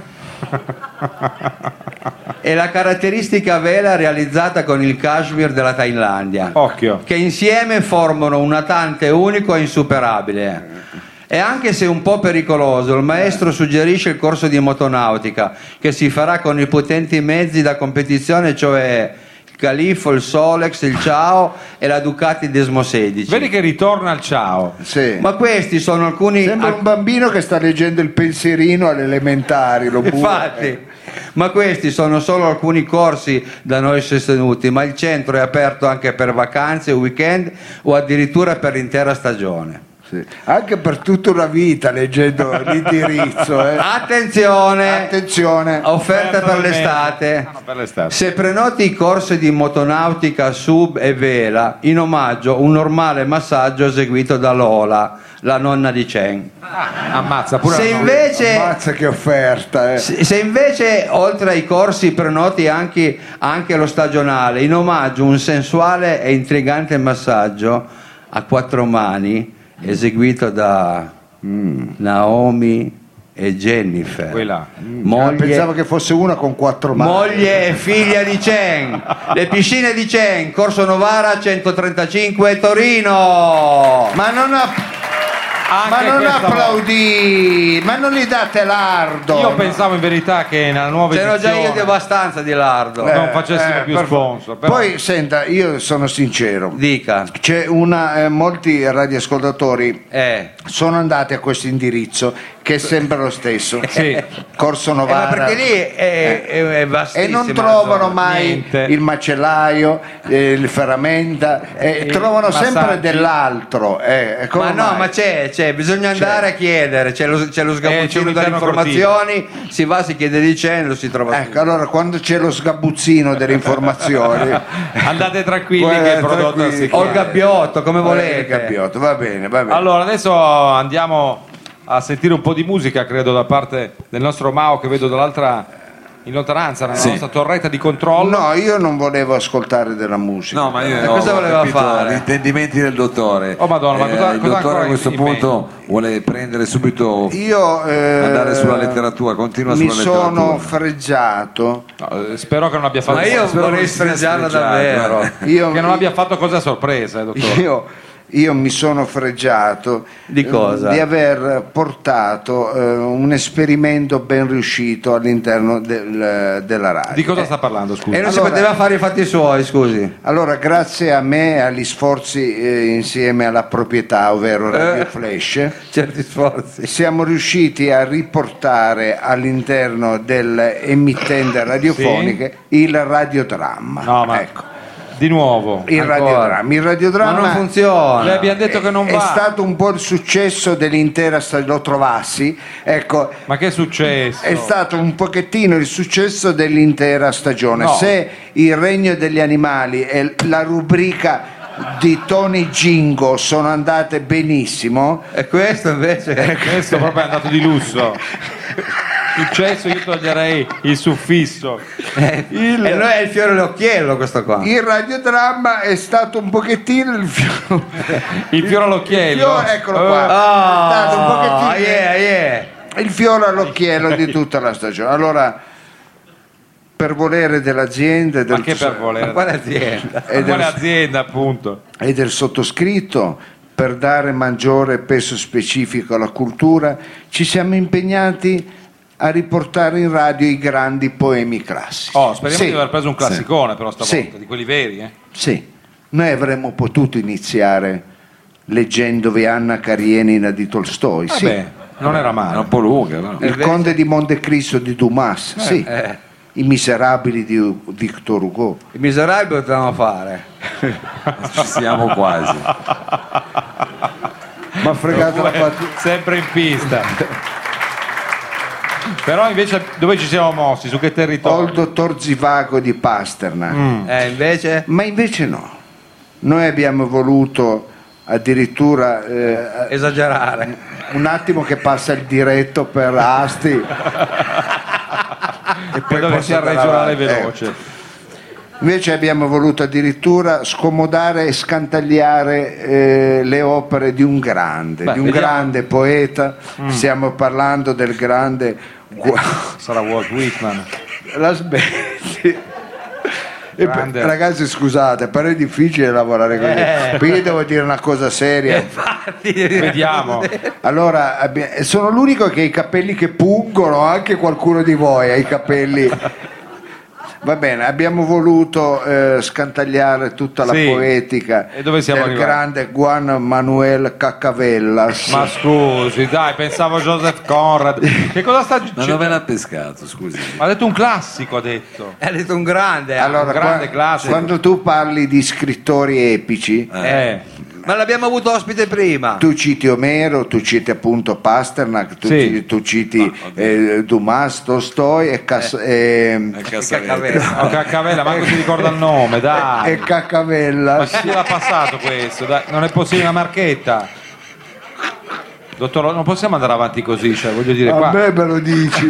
E la caratteristica vela realizzata con il cashmere della Thailandia, Occhio. che insieme formano un natante unico e insuperabile. E anche se un po' pericoloso, il maestro suggerisce il corso di motonautica che si farà con i potenti mezzi da competizione, cioè il Califo, il Solex, il Ciao e la Ducati Desmo sedici. Vedi che ritorna al Ciao. Sì. Ma questi sono alcuni... Sembra un bambino che sta leggendo il pensierino alle elementari, lo bue. Infatti, ma questi sono solo alcuni corsi da noi sostenuti, ma il centro è aperto anche per vacanze, weekend o addirittura per l'intera stagione. Sì. Anche per tutta una vita leggendo l'indirizzo. Eh. Attenzione, Attenzione. offerte per l'estate. Ah, no, per l'estate. Se prenoti i corsi di motonautica, sub e vela, in omaggio un normale massaggio eseguito da Lola, la nonna di Chen. Ammazza pure Se la nonna. invece, Ammazza che offerta. Eh. se se invece oltre ai corsi prenoti anche, anche lo stagionale, in omaggio un sensuale e intrigante massaggio a quattro mani eseguito da mm, Naomi e Jennifer, Quella. Ah, moglie, pensavo che fosse una con quattro mani. moglie e figlia di Chen. Le piscine di Chen, Corso Novara centotrentacinque, Torino. Ma non ha... Anche Ma non questa applaudì, ma non gli date lardo. volta. Io pensavo in verità che nella nuova C'ero già edizione io di abbastanza di lardo. Eh. non facessimo più per- sponsor, però- Poi senta, io sono sincero. Dica. C'è una, eh, molti radioascoltatori Eh. sono andati a questo indirizzo che è sempre lo stesso. Sì. Corso Eh, ma Novara. perché lì è, è, è E vastissima non la trovano zona. mai Niente. il macellaio, eh, il ferramenta, eh, I trovano sempre massaggi. dell'altro. Eh, come Ma no, mai? ma c'è, c'è, bisogna andare a chiedere, c'è lo, c'è lo Eh, c'è sgabuzzino un delle interno informazioni, si va, si chiede di Chen e lo si trova Ecco, subito. allora quando c'è lo sgabuzzino delle informazioni, andate tranquilli Guarda, che il prodotto tranquilli. si O il chiede. gabbiotto, come eh, volete. Gabbiotto, va bene, va bene. Allora adesso andiamo a sentire un po' di musica, credo, da parte del nostro Mao, che vedo dall'altra in lontananza, nella Sì. nostra torretta di controllo. No, io non volevo ascoltare della musica. No, ma io E ho cosa voleva capito fare? gli intendimenti del dottore. Oh, Madonna, ma Eh, cosa- il cosa dottore ancora a questo in punto vuole prendere subito, Io eh, andare sulla letteratura, continua mi sulla sono letteratura. fregiato. No, eh, spero che non abbia fatto Ma io spero vorrei che sia sfregiarla sfregiato, davvero. guarda. Io, che non abbia fatto cose a sorpresa, eh, dottore. io, io mi sono fregiato Di eh, cosa? di aver portato eh, un esperimento ben riuscito all'interno del- della radio. Di cosa sta parlando, scusa? E non si Allora- poteva fare i fatti suoi, scusi. Allora, grazie a me e agli sforzi eh, insieme alla proprietà, ovvero Radio Eh. Flash, Certi sforzi. siamo riusciti a riportare all'interno delle emittenti radiofoniche il radiodramma. No, ma Ecco, di nuovo. il ancora. radiodramma. Il Ma radiodramma non funziona. Le abbiamo detto che non è va. stato un po' il successo dell'intera stagione, lo trovassi, ecco, Ma che è successo? è stato un pochettino il successo dell'intera stagione. No. Se il regno degli animali e la rubrica di Tony Gingo sono andate benissimo, E questo invece. Questo proprio è andato di lusso. Successo, io toglierei il suffisso. il, E noi è il fiore all'occhiello questo qua. il radiodramma è stato un pochettino il fiore. Il fiore all'occhiello. eccolo qua. Ah, È stato un pochettino yeah, yeah. il fiore all'occhiello di tutta la stagione. Allora, per volere dell'azienda e Ma del, che per volere? Ma quale azienda? e Ma quale del, azienda, appunto? e del sottoscritto, per dare maggiore peso specifico alla cultura, ci siamo impegnati a riportare in radio i grandi poemi classici. Oh, speriamo Sì, di aver preso un classicone, però stavolta, Sì. di quelli veri, eh. sì, noi avremmo potuto iniziare leggendovi Anna Karenina di Tolstoi, sì. Vabbè, non era È male. un po' lunga, no? Il Conte di Montecristo di Dumas, sì. eh. I Miserabili di Victor Hugo. I miserabili potevamo fare. Ci siamo quasi. Ma fregato la pat- Sempre in pista. Però invece dove ci siamo mossi? Su che o il territorio? dottor Zivago di Pasternak. Eh, invece. Ma invece no. Noi abbiamo voluto addirittura eh, Esagerare. un attimo che passa il diretto per Asti e poi Credo che posso sia andare regionale avanti. veloce. Eh, Invece abbiamo voluto addirittura scomodare e scantagliare eh, le opere di un grande, Beh, di un vediamo. grande poeta. Stiamo parlando del grande Gu- Sarà Walt Whitman. la smetti. E per- Grande. ragazzi, scusate, però è difficile lavorare così. Eh. Qui devo dire una cosa seria. Infatti. Vediamo. Allora, abbia- sono l'unico che ha i capelli che pungono, anche qualcuno di voi ha i capelli. Va bene, abbiamo voluto eh, scantagliare tutta la Sì. poetica E dove siamo del arrivati? grande Juan Manuel Cacavellas. Ma scusi, dai, pensavo a Joseph Conrad. Che cosa sta Ma dicendo? dove l'ha pescato, scusi? Ha detto un classico, ha detto. Ha detto un grande. Allora, un grande qua- classico. quando tu parli di scrittori epici, Eh, Ma l'abbiamo avuto ospite prima. Tu citi Omero, tu citi appunto Pasternak, tu, Sì. citi, tu citi eh, Dumas, Tolstoi e, Cas- e, E Caccavella. Oh, Caccavella, manco ti ricorda il nome, dai. e Caccavella. Ma chi l'ha passato questo? Dai, non è possibile, una marchetta. Dottor, non possiamo andare avanti così, cioè, voglio dire A qua. me me lo dici.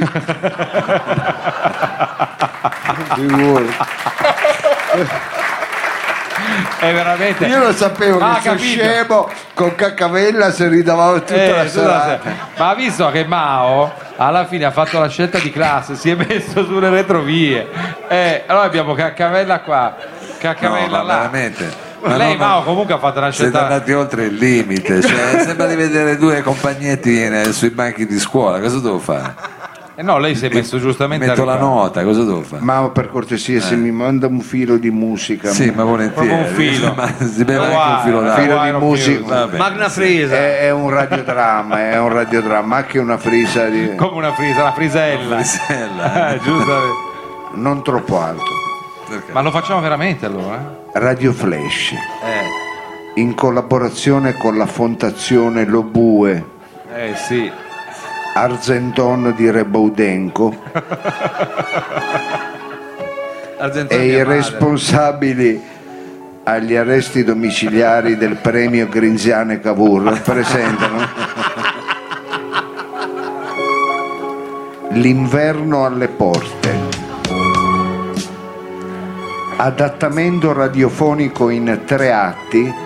Figurati. È veramente. Io lo sapevo Ma ha che sono capito. scemo con Caccavella si ridavamo tutta Eh, la tutta serata. la sera. Ma ha visto che Mao alla fine ha fatto la scelta di classe, si è messo sulle retrovie. Eh, allora abbiamo Caccavella qua, Caccavella No, ma là. veramente. Ma Lei no, Mao ma- comunque ha fatto una Siete scelta. andati oltre il limite, cioè, sembra di vedere due compagnetti eh, sui banchi di scuola, cosa devo fare? Eh no, lei si è messo giustamente Metto a la rifare. nota, cosa devo fare? Ma per cortesia, se mi manda un filo di musica, Sì, ma volentieri. Proprio un filo. Ma si beve anche un Guarda, filo un d'acqua. filo di Guarda, musica. filo, Vabbè, Magna sì. Frisa. È, è un radiodramma, è un radiodramma, anche una frisa di... Come una frisa, una frisella. Frisella, Eh, giustamente. non troppo alto. Perché? Ma lo facciamo veramente allora? Radio Flash, Eh, in collaborazione con la Fondazione Lobue eh sì. Argenton di Rebaudenco Argentino e mia i madre. responsabili agli arresti domiciliari del premio Grinziane Cavour presentano L'inverno alle porte, adattamento radiofonico in tre atti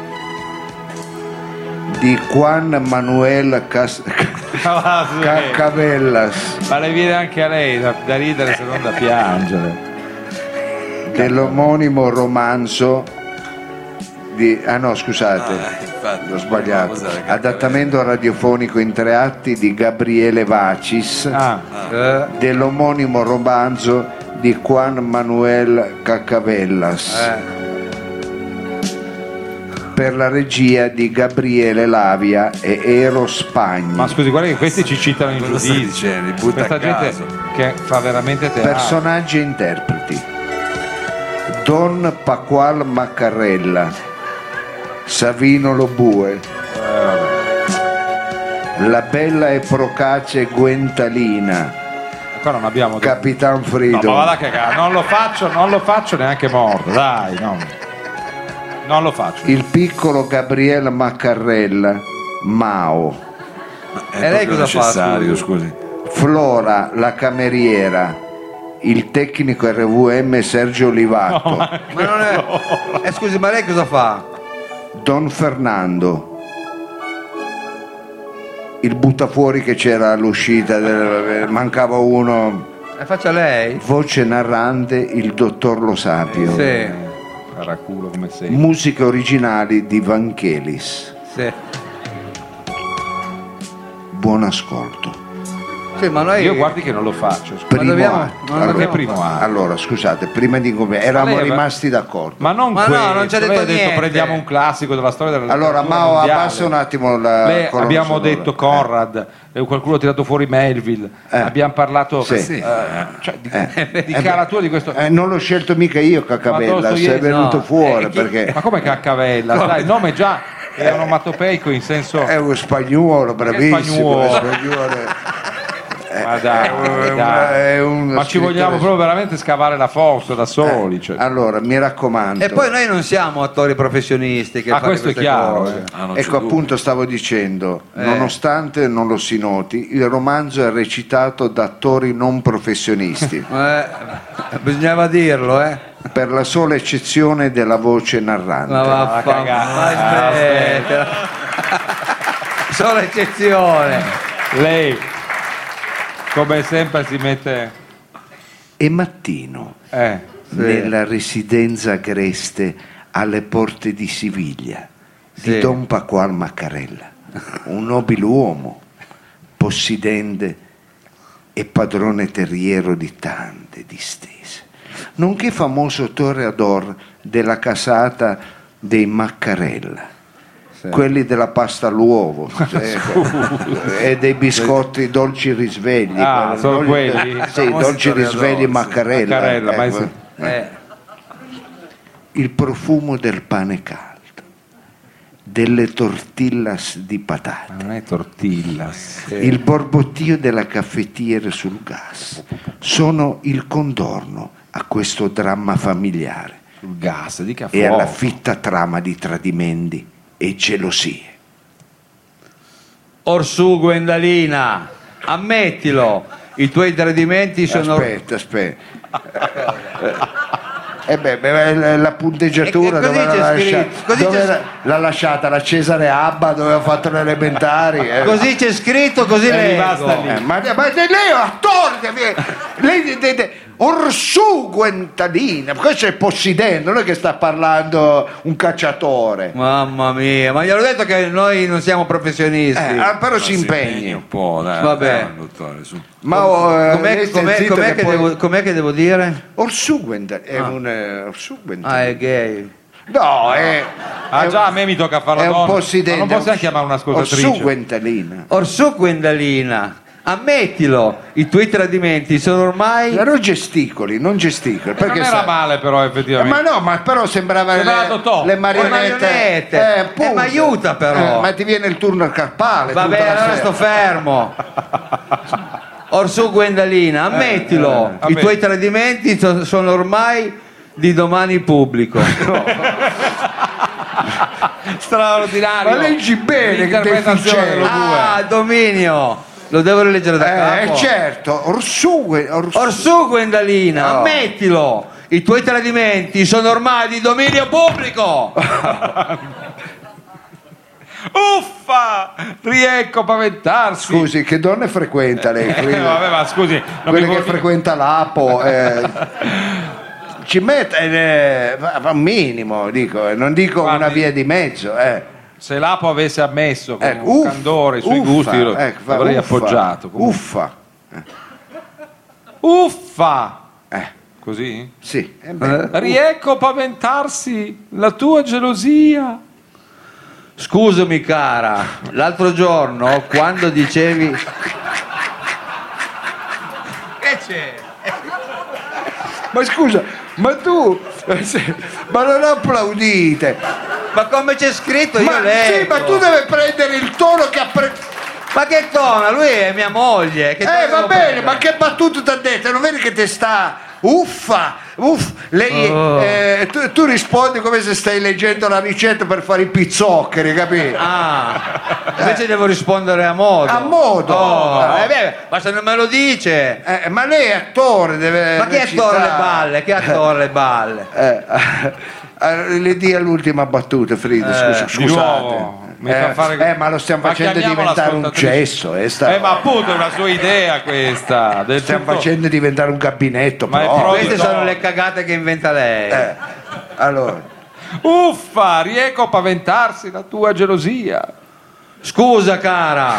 di Juan Manuel Cas- Ah, sì. Caccavellas, Ma le viene anche a lei da, da ridere se non da piangere. dell'omonimo romanzo di... ah no scusate, Ah, infatti, l'ho sbagliato, cos'era che- adattamento radiofonico in tre atti di Gabriele Vacis, Ah, Eh, dell'omonimo romanzo di Juan Manuel Caccavellas, eh. per la regia di Gabriele Lavia e Ero Spagni. ma scusi, guarda che questi ci citano in Cosa stai giudizio. dicendo? Li butta Questa a gente caso. che fa veramente teatro. Personaggi e interpreti: Don Pasquale Maccarella, Savino Lobue, la bella e procace Guentalina, Qua non abbiamo Capitan No, Frido, ma vada a cagare, non lo faccio, non lo faccio neanche morto, dai, no. Non lo faccio. il piccolo Gabriele Maccarella, Mao, È E lei proprio cosa fa, necessario, scusi? scusi? Flora la cameriera, il tecnico R V M Sergio Olivato, Ma non è. Eh, scusi, ma lei cosa fa? Don Fernando, il buttafuori che c'era all'uscita, del- mancava uno, Eh, faccia lei? voce narrante il dottor Lo Sapio, Sì, Caraculo come sei. musiche originali di Vangelis. sì. Buon ascolto. Sì, ma noi. Io guardi che non lo faccio. scusi. Primo dobbiamo- atto. non allora, dobbiamo primo atto. allora, scusate, prima di come eravamo Ma lei aveva- rimasti d'accordo. Ma non Ma no, questo, non ci ha lei detto ha detto niente. prendiamo un classico della storia della Allora, letteratura Mao, mondiale. abbassa un attimo la Lei- colonna abbiamo sonora. detto Conrad, eh, qualcuno ha tirato fuori Melville, Eh. abbiamo parlato Sì. eh, cioè, di, Eh. di Eh, caratura di questo. Eh, non l'ho scelto mica io Caccavella, Ma sei Dostoevsky, venuto no. fuori Eh, chi- perché Ma come Caccavella? Dai, il nome già è onomatopeico in senso. è uno spagnolo bravissimo, spagnolo? è spagnolo. Ma dai, è un- dai. è un Ma ci vogliamo scrittore- proprio veramente scavare la fossa da soli. Cioè. Allora, mi raccomando. E poi noi non siamo attori professionisti che Ah, fanno questo è queste chiaro, cose. eh. Ah, non c'è Ecco, dubbio. appunto stavo dicendo, Eh. nonostante non lo si noti, il romanzo è recitato da attori non professionisti, Eh, bisognava dirlo, eh. per la sola eccezione della voce narrante. Ma va a vaffa- cagare. ma aspetta. Solo eccezione. Lei, come sempre, si mette. E mattino, Eh, nella residenza agreste alle porte di Siviglia, di Sì. Don Pasquale Maccarella, un nobiluomo, possidente e padrone terriero di tante distese, nonché famoso toreador della casata dei Maccarella, quelli della pasta all'uovo cioè, e dei biscotti dolci risvegli. Ah, sono Dolci- quelli? Sì, dolci risvegli Maccarella. Maccarella, ma ecco. sì. Eh. Il profumo del pane caldo, delle tortillas di patate, Ma non è tortillas. il borbottio della caffettiera sul gas sono il contorno a questo dramma familiare Sul gas, dica e alla fuoco. fitta trama di tradimenti e gelosie. Orsù Gwendalina, ammettilo, i tuoi tradimenti sono... Aspetta, aspetta. Eh beh, beh, la punteggiatura E che- dove così l'ha, c'è lascia- scritto, così dove c'è- l'ha- l'ha lasciata la Cesare Abba dove ha fatto le elementari. eh. Così c'è scritto, così È leggo. rimasta lì. Eh, ma, ma lei è attore, lei dite Orsù Gwendalina, questo è Possidente, non è che sta parlando un cacciatore. Mamma mia, ma gli ho detto che noi non siamo professionisti. Eh, ah, però si impegni impegni. un po', dai. Vabbè. dai, dottore, su. Ma oh, eh, com'è, lei sta com'è- zitto com'è che che poi- devo, com'è che devo dire? Orsù Gwendalina è Ah. un eh, Orsù Gwendalina. Ah, è gay. No, è Ah è già, un- a me mi tocca fare la è un donna. possidente. Ma non possiamo chiamare Orsù un'ascoltatrice. Gwendalina. Orsù Gwendalina, ammettilo, i tuoi tradimenti sono ormai... Però gesticoli, non gesticoli. Eh, Perché non era sa- male però Eh, effettivamente. ma no, ma però sembrava Sembrava le, Totò. le Le marionette. marionette. Eh, Eh, appunto. ma aiuta però. Eh, ma ti viene il turno al carpale. Vabbè, tutta la allora sera. sto fermo. Orsù Gwendalina, ammettilo, eh, i vabbè. tuoi tradimenti so- sono ormai di domani pubblico. Straordinario. Ma leggi bene che l'interpretazione deficiente. dello due. Ah, Dominio, lo devo rileggere da Eh, capo. certo, Orsù, Gwe- Orsù. Orsù Gwendalina, No. ammettilo, i tuoi tradimenti sono ormai di dominio pubblico. Uffa! Riecco paventarsi. Scusi, che donne frequenta lei? Eh, Quelle, vabbè, ma scusi, non mi quelle che vuol- frequenta l'Apo. eh. Ci mette eh, va- va un minimo, dico, eh, non dico Guardi, una via di mezzo. Eh. Se l'Apo avesse ammesso con Ecco, un uff, candore i suoi uffa, gusti, io lo ecco, fa- avrei uffa, appoggiato. Comunque. Uffa. Uffa! Eh, Così? sì. eh beh. Riecco paventarsi la tua gelosia. Scusami cara, l'altro giorno quando dicevi... Che c'è? Ma scusa, ma tu, eh, se- ma non applaudite. Ma come c'è scritto io Ma, leggo. sì, ma tu devi prendere il tono che ha preso. Ma che tono? Lui è mia moglie. Che tono Eh, va devo bene, prendere? ma che battuta ti ha detto? Non vedi che ti sta. Uffa, uff, lei, Oh. eh, tu, tu rispondi come se stai leggendo la ricetta per fare i pizzoccheri, capito? Ah, invece devo rispondere a modo. A modo. Oh, Eh. eh beh, ma se non me lo dice. Eh, ma lei è attore, deve. Ma che attore le balle? Che attore le balle? Eh, eh, le dia l'ultima battuta, Frida. Eh, scusa, di scusate. nuovo, mi fa Eh, fare- eh, ma lo stiamo Ma facendo chiamiamo diventare un l'ascoltatrice. cesso. Eh, sta- Eh, ma appunto è una sua idea questa. Del stiamo tutto- facendo diventare un gabinetto. Ma è proprio. proprio- Queste no. sono le cagate che inventa lei. Eh, allora. Uffa! Riecco paventarsi la tua gelosia. Scusa cara,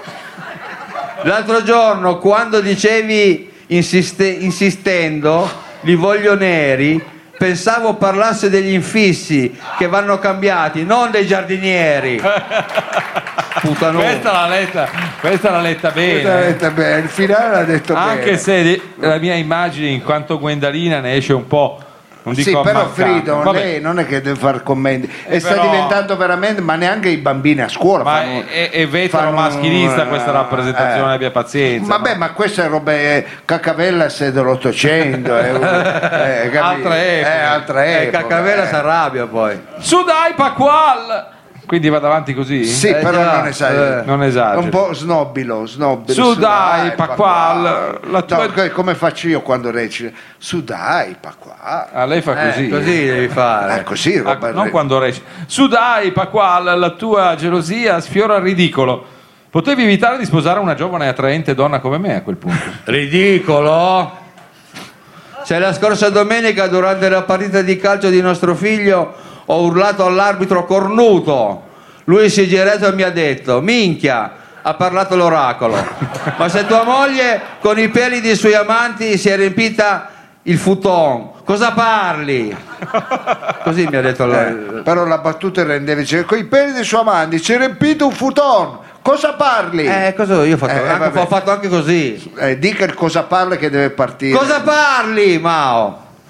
l'altro giorno quando dicevi insiste- insistendo li voglio neri, pensavo parlasse degli infissi che vanno cambiati, non dei giardinieri. Puttano. Questa l'ha letta, questa l'ha letta Questa l'ha bene. detta bene, il finale l'ha detto Anche bene. se di- la mia immagine in quanto Gwendalina ne esce un po'. Non dico Sì, però ammancata. Frido, Vabbè, lei non è che deve fare commenti e Eh, sta però- diventando veramente, ma neanche i bambini a scuola ma fanno, è, è vetero fanno- maschilista questa rappresentazione, eh. abbia pazienza. Vabbè, no? ma questa è roba eh, Cacavellas dell'Ottocento, è, eh, capito? Altre epoche. Eh, altre Eh, epoche, Cacavella eh. si arrabbia poi. Su dai Paqual! Quindi vado avanti così? Sì, Eh, però già, non esagero. non esagero. È un po' snobilo, snobilo. Su dai, Pasquale, la tua- No, co- come faccio io quando recito? Su dai, Pasquale. Ah, lei fa Eh, così. così devi fare. Eh, così, Ah, roba non quando recita. Su dai, Pasquale, la tua gelosia sfiora il ridicolo. Potevi evitare di sposare una giovane e attraente donna come me a quel punto. Ridicolo! Se la scorsa domenica durante la partita di calcio di nostro figlio ho urlato all'arbitro cornuto, lui si è girato e mi ha detto minchia, ha parlato l'oracolo. Ma se tua moglie con i peli dei suoi amanti si è riempita il futon, cosa parli? Così mi ha detto Eh, lei. però la battuta rendeva, dice, con i peli dei suoi amanti ci è riempito un futon, cosa parli? Eh, cosa io ho fatto? Eh, anche- vabbè. ho fatto anche così. Eh, dica il cosa parla che deve partire. Cosa parli, Mao?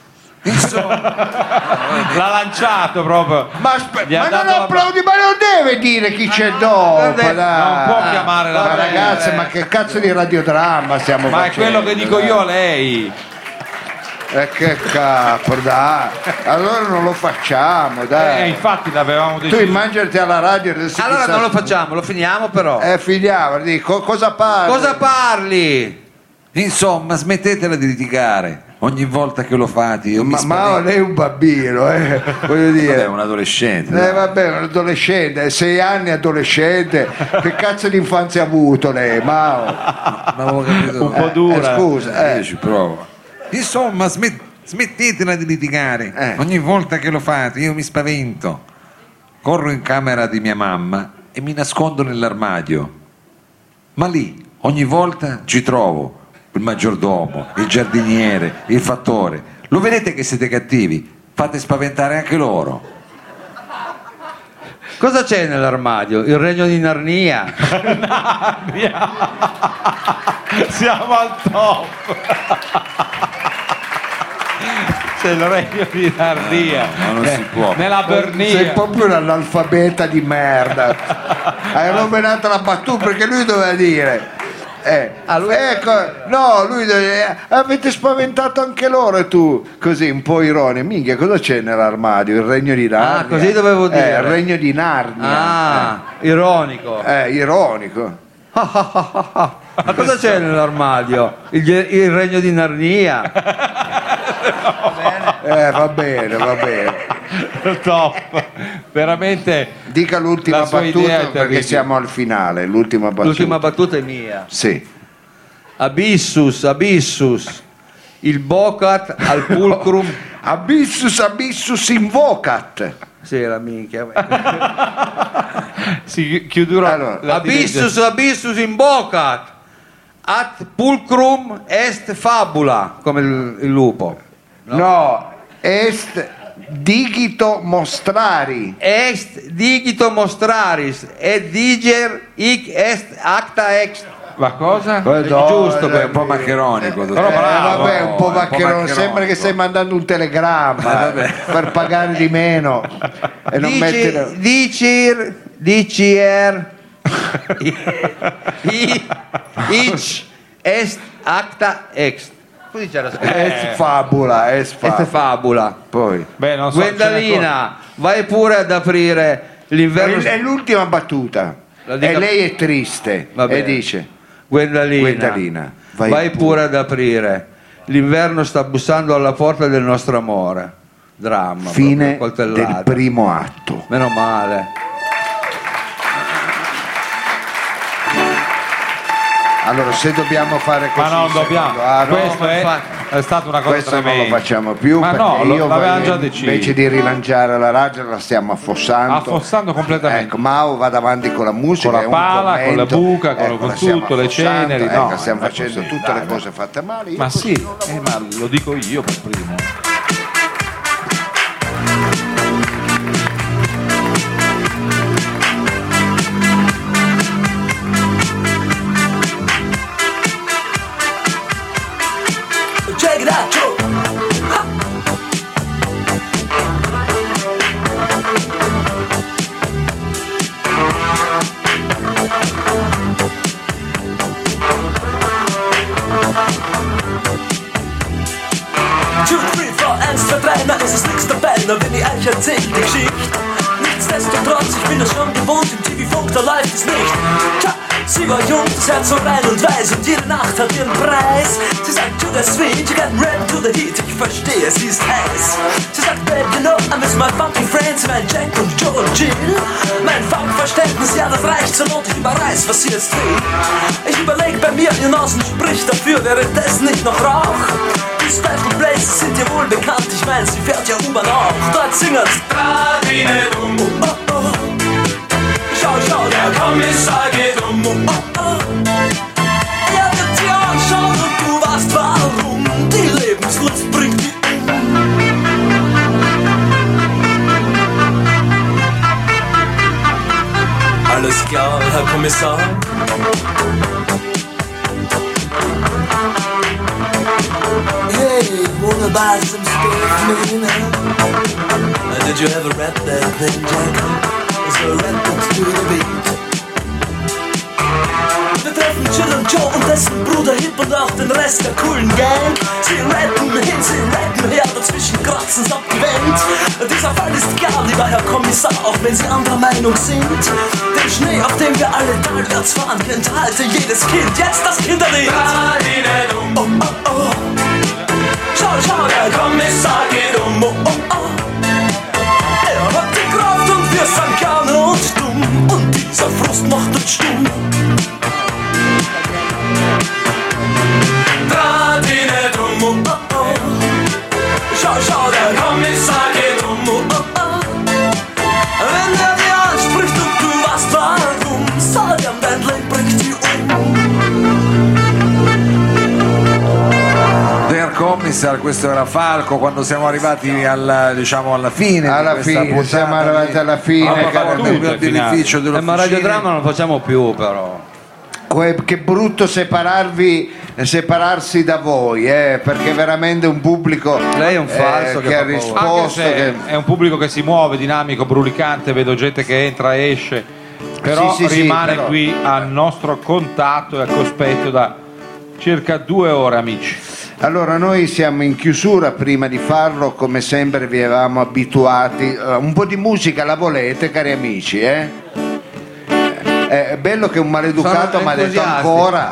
Insomma, L'ha lanciato proprio. Ma, aspe- Gli ha ma non dato la- applaudi, ma non deve dire chi c'è dopo. non deve- dai. non può chiamare la Ma band. ragazzi, ma che cazzo di radiodramma stiamo Ma è facendo? quello che dico io a lei. Eh, che capo, dai. Allora non lo facciamo, Eh, dai. infatti l'avevamo Tu deciso. immaginati alla radio adesso Allora chissà- non lo facciamo, lo finiamo però. Eh, finiamo, dico, cosa parli? Cosa parli? insomma, smettetela di litigare. Ogni volta che lo fate io mi Ma, ma spavento. lei è un bambino, eh, voglio Vabbè, dire. è un adolescente. Eh vabbè, un adolescente, sei anni adolescente, che cazzo di infanzia ha avuto lei? Mao? Ma avevo capito. Un po' Eh, dura. eh, scusa, Io eh. ci provo. Insomma, smet- smettetela di litigare. Eh. Ogni volta che lo fate io mi spavento. Corro in camera di mia mamma e mi nascondo nell'armadio. Ma lì ogni volta ci trovo il maggiordomo, il giardiniere, il fattore. Lo vedete che siete cattivi? Fate spaventare anche loro. Cosa c'è nell'armadio? Il regno di Narnia. Siamo al top. C'è il regno di Narnia. Ma non si può. Nella Sei Bernia. proprio un analfabeta di merda. Hai rovinato la battuta perché lui doveva dire. Eh, ecco, no, lui deve- eh, avete spaventato anche loro e tu, così un po' ironico. Minchia, cosa c'è nell'armadio? Il regno di Narnia. Ah, così dovevo dire. Eh, il regno di Narnia. Ah, ironico. Eh, ironico. Ma cosa c'è nell'armadio? Il, il regno di Narnia. Eh, va bene, va bene. Top. Veramente. Dica l'ultima La sua idea è battuta perché terribile. siamo al finale. L'ultima battuta. L'ultima battuta è mia. Sì. Abissus, abissus. Il bocat al pulcrum. Abissus, abissus invocat. Sì, la minchia. Si chiuderò. Allora, la Abissus, abissus in bocat. At pulcrum est fabula. Come il, il lupo. No, est digito mostrari. Est digito mostraris. Et diger hic est acta ex. Ma cosa? Eh, È no, giusto, eh, poi, È un po' maccheronico. Però Eh, bravo, vabbè, un po' è un po' maccherone, maccheronico. sembra che stai mandando un telegramma per pagare di meno e non mettere. Dicir, dicir, i- ic est acta ext. Così c'era scritto. Est fabula, est Est fabula. fabula. Poi Beh, non so. ce n'è Gwendalina, vai pure ad aprire l'inverno. è l'ultima battuta. La dica- E lei è triste Va e bene. dice: Gwendalina, Gwendalina, vai vai, pure. pure ad aprire. L'inverno sta bussando alla porta del nostro amore. Dramma. fine proprio, del coltellata. primo atto. Meno male. Allora, se dobbiamo fare così, Ma non secondo- dobbiamo. ah, no, Questo è, è stata una cosa questo non lo tremenda. facciamo più Ma perché no, lo- io l'avevamo voglio- già deciso. invece di rilanciare la radio la stiamo affossando. Affossando completamente. Ecco, Mao vada avanti con la musica, Con la è un pala, con commento. la buca, con- Ecco, con la stiamo tutto, le affossando, ceneri, ecco, no, stiamo è facendo così, tutte dai, le cose fatte male. Io Ma così sì, non- eh, ma lo dico io per primo. Check it out, Joe. Two, three, four, eins, zwei, drei, na, es ist nix dabei, na, wenn ich euch erzähl die Geschichte. Nichtsdestotrotz, ich bin das schon gewohnt, im T V-Funk, da läuft es nicht. Tja, sie war jung, das Herz so rein und weiß und jede Nacht hat ihren Preis. Sie sagt, to the sweet, you get ready to the heat, ich verstehe, sie ist heiß. Sie sagt, babe, you know, I miss my funky friends, mein Jack und Joe und Jill. Mein Funkverständnis, ja, das reicht zur Not, ich überreiß, was sie jetzt will. Ich überleg bei mir, ihr Nasen spricht dafür, wäre das nicht noch Rauch? Die Special Places sind dir wohl bekannt, ich mein, sie fährt ja U-Bahn auch. Dort singen's Dreh dich nicht um, oh, oh, oh. Schau, schau, der Kommissar geht um, oh, oh, oh. Er wird dir anschauen und du weißt warum. Die Lebenslust bringt dich um. Alles klar, Herr Kommissar. Hey, wunderbar, sind forgive me now. Did you ever rap that thing, Jack? Is there a rap to the beat? Wir treffen Chill und Joe und dessen Bruder Hip und auch den Rest der coolen Gang. Sie rappen hin, sie rappen her, dazwischen kratzen's ab die Wand. Dieser Fall ist egal, lieber Herr Kommissar, auch wenn Sie anderer Meinung sind. Den Schnee, auf dem wir alle talwärts fahren, kennt halte jedes Kind jetzt das Kinderlied. Oh, oh, oh. Schau, schau, der Kommissar geht um, oh, oh, oh. Er hat die Kraft und wir sind gerne und dumm. Und dieser Frust macht uns stumm. Draht ihn nicht um, oh, oh, oh. Schau, schau, der Kommissar geht um, oh, oh, oh. Wenn er dir anspricht und du weißt warum, sag ihm, dein Leben bringt dich um. Der Commissar, questo era Falco. Quando siamo arrivati al, diciamo, alla fine alla di questa fine puntata siamo arrivati alla fine, Ah, caro tutto, amico. il beneficio Eh, dell'officina. ma radiodramma non lo facciamo più però. Que- che brutto separarvi separarsi da voi, eh, perché veramente un pubblico Lei è un falso eh, che che fa ha paura. Anche risposto se che... è un pubblico che si muove, dinamico, brulicante, vedo gente che entra e esce, però Sì, sì, sì, rimane però- qui al nostro contatto e al cospetto da circa due ore, amici. Allora, noi siamo in chiusura. Prima di farlo, come sempre, vi avevamo abituati. Uh, un po' di musica la volete, cari amici? Eh? Eh, È bello che un maleducato Sono mi ha detto entusiasti. ancora.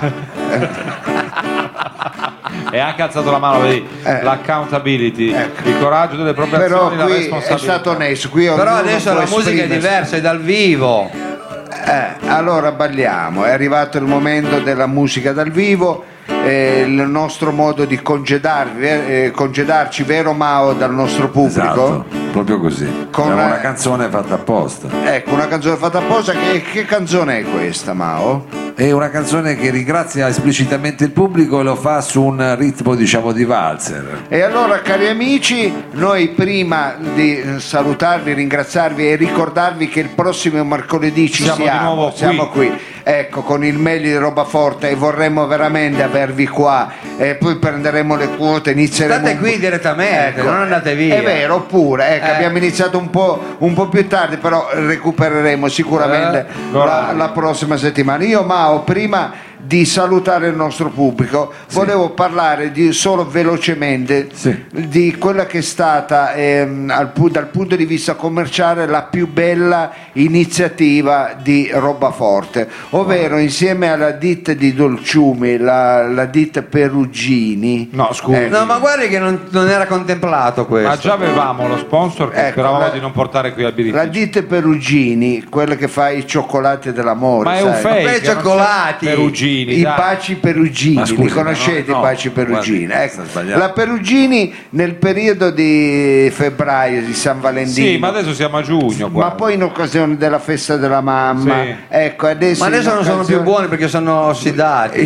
E anche alzato la mano, vedi, Eh. l'accountability, Ecco. il coraggio delle proprie Però azioni, la qui è responsabilità. stato onesto. Qui Però ognuno adesso può la musica è esprimersi. diversa, è dal vivo. Eh, allora balliamo, è arrivato il momento della musica dal vivo, eh, il nostro modo di congedarvi, eh, congedarci, vero Mao, dal nostro pubblico? Esatto, proprio così. Con- È una canzone fatta apposta. Ecco, una canzone fatta apposta. Che, che canzone è questa, Mao? È una canzone che ringrazia esplicitamente il pubblico e lo fa su un ritmo, diciamo, di valzer. E allora, cari amici, noi prima di salutarvi, ringraziarvi e ricordarvi che il prossimo mercoledì ci Siamo di siamo, nuovo qui. siamo qui, ecco, con il meglio di roba forte, e vorremmo veramente avervi qua, e poi prenderemo le quote, inizieremo. State un qui po'- direttamente, non andate via. È vero, oppure ecco, Eh. abbiamo iniziato un po', un po' più tardi, però recupereremo sicuramente Eh, la, l'orario. la prossima settimana. Io, Mao, prima di salutare il nostro pubblico, volevo parlare di, solo velocemente Sì. di quella che è stata ehm, al pu- dal punto di vista commerciale la più bella iniziativa di Roba Forte, ovvero insieme alla ditta di Dolciumi, la, la ditta Perugini. No, scusi. Eh, No, ma guardi che non, non era contemplato questo. Ma già avevamo lo sponsor che Ecco, speravamo la- di non portare qui al birrificio. La ditta Perugini, quella che fa i cioccolati dell'amore, Ma è un sai? fake. quei non siamo cioccolati. Perugini, I dai. baci Perugini, Ma scusi, li conoscete no, no, i baci Perugini? guardi, Ecco, sta sbagliando. la Perugini nel periodo di febbraio, di San Valentino, Sì, ma adesso siamo a giugno qua. ma poi in occasione della festa della mamma, Sì. ecco, adesso Ma adesso in non sono più occasione- buoni perché sono ossidati.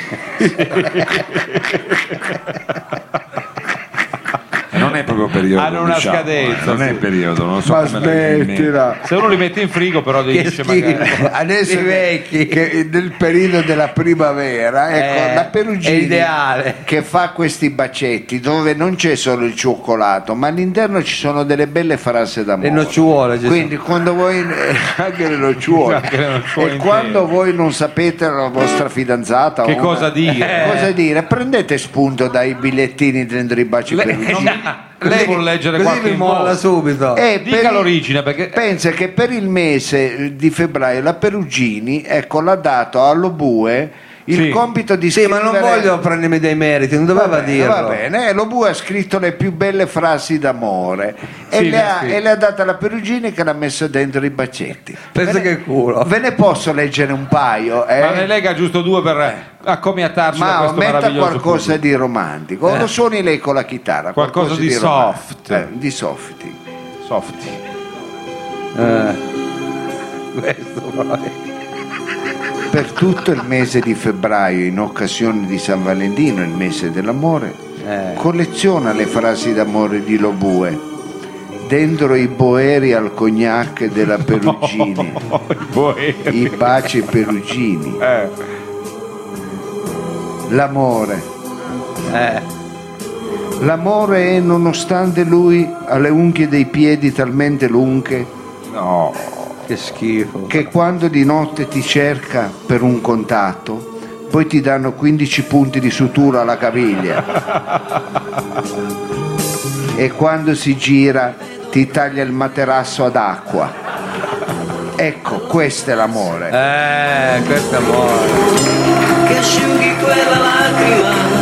Non è proprio periodo. Hanno una diciamo, scadenza, eh, non è sì. periodo, non so Ma come la- smettila. Se uno li mette in frigo però Che dice magari... schifo. Adesso I che, vecchi. che nel periodo della primavera, ecco, Eh, la Perugini è ideale. che fa questi bacetti dove non c'è solo il cioccolato, ma all'interno ci sono delle belle frasi d'amore. Le nocciuole ci Quindi quando voi eh, anche le nocciuole, Anche le nocciuole e intere. quando voi non sapete la vostra fidanzata Che o cosa una- dire? cosa dire, prendete spunto dai bigliettini dentro i baci Le- Perugini. non- lei vuol leggere Così qualche mi molla info? subito. E Dica per il- l'origine, perché- pensa che per il mese di febbraio la Perugini, ecco, l'ha dato allo Bue il Sì. compito di Sì, ma scrivere. non voglio prendermi dei meriti, non doveva Va bene, dirlo. va bene, eh, lo Bue ha scritto le più belle frasi d'amore e, Sì, le le ha ha, scritte. e le ha date alla Perugini che l'ha messo dentro i bacetti. Pensa Ve ne- che culo. Ve ne posso leggere un paio? Eh? Ma ne lega giusto due per accomiatarci da Ma questo metta meraviglioso qualcosa pubblico. di romantico, o lo suoni lei con la chitarra, Qualcosa di romantico. soft. Eh, di softy. Softy. Eh, questo poi. Per tutto il mese di febbraio, in occasione di San Valentino, il mese dell'amore, Eh. colleziona le frasi d'amore di Lobue dentro i boeri al cognac della Perugini, I boeri. i baci Perugini, Eh. l'amore, Eh. L'amore è, nonostante lui ha le unghie dei piedi talmente lunghe, No, che schifo. che quando di notte ti cerca per un contatto, poi ti danno quindici punti di sutura alla caviglia. E quando si gira ti taglia il materasso ad acqua. Ecco, questo è l'amore. Eh, questo è amore. Che asciughi quella lacrima.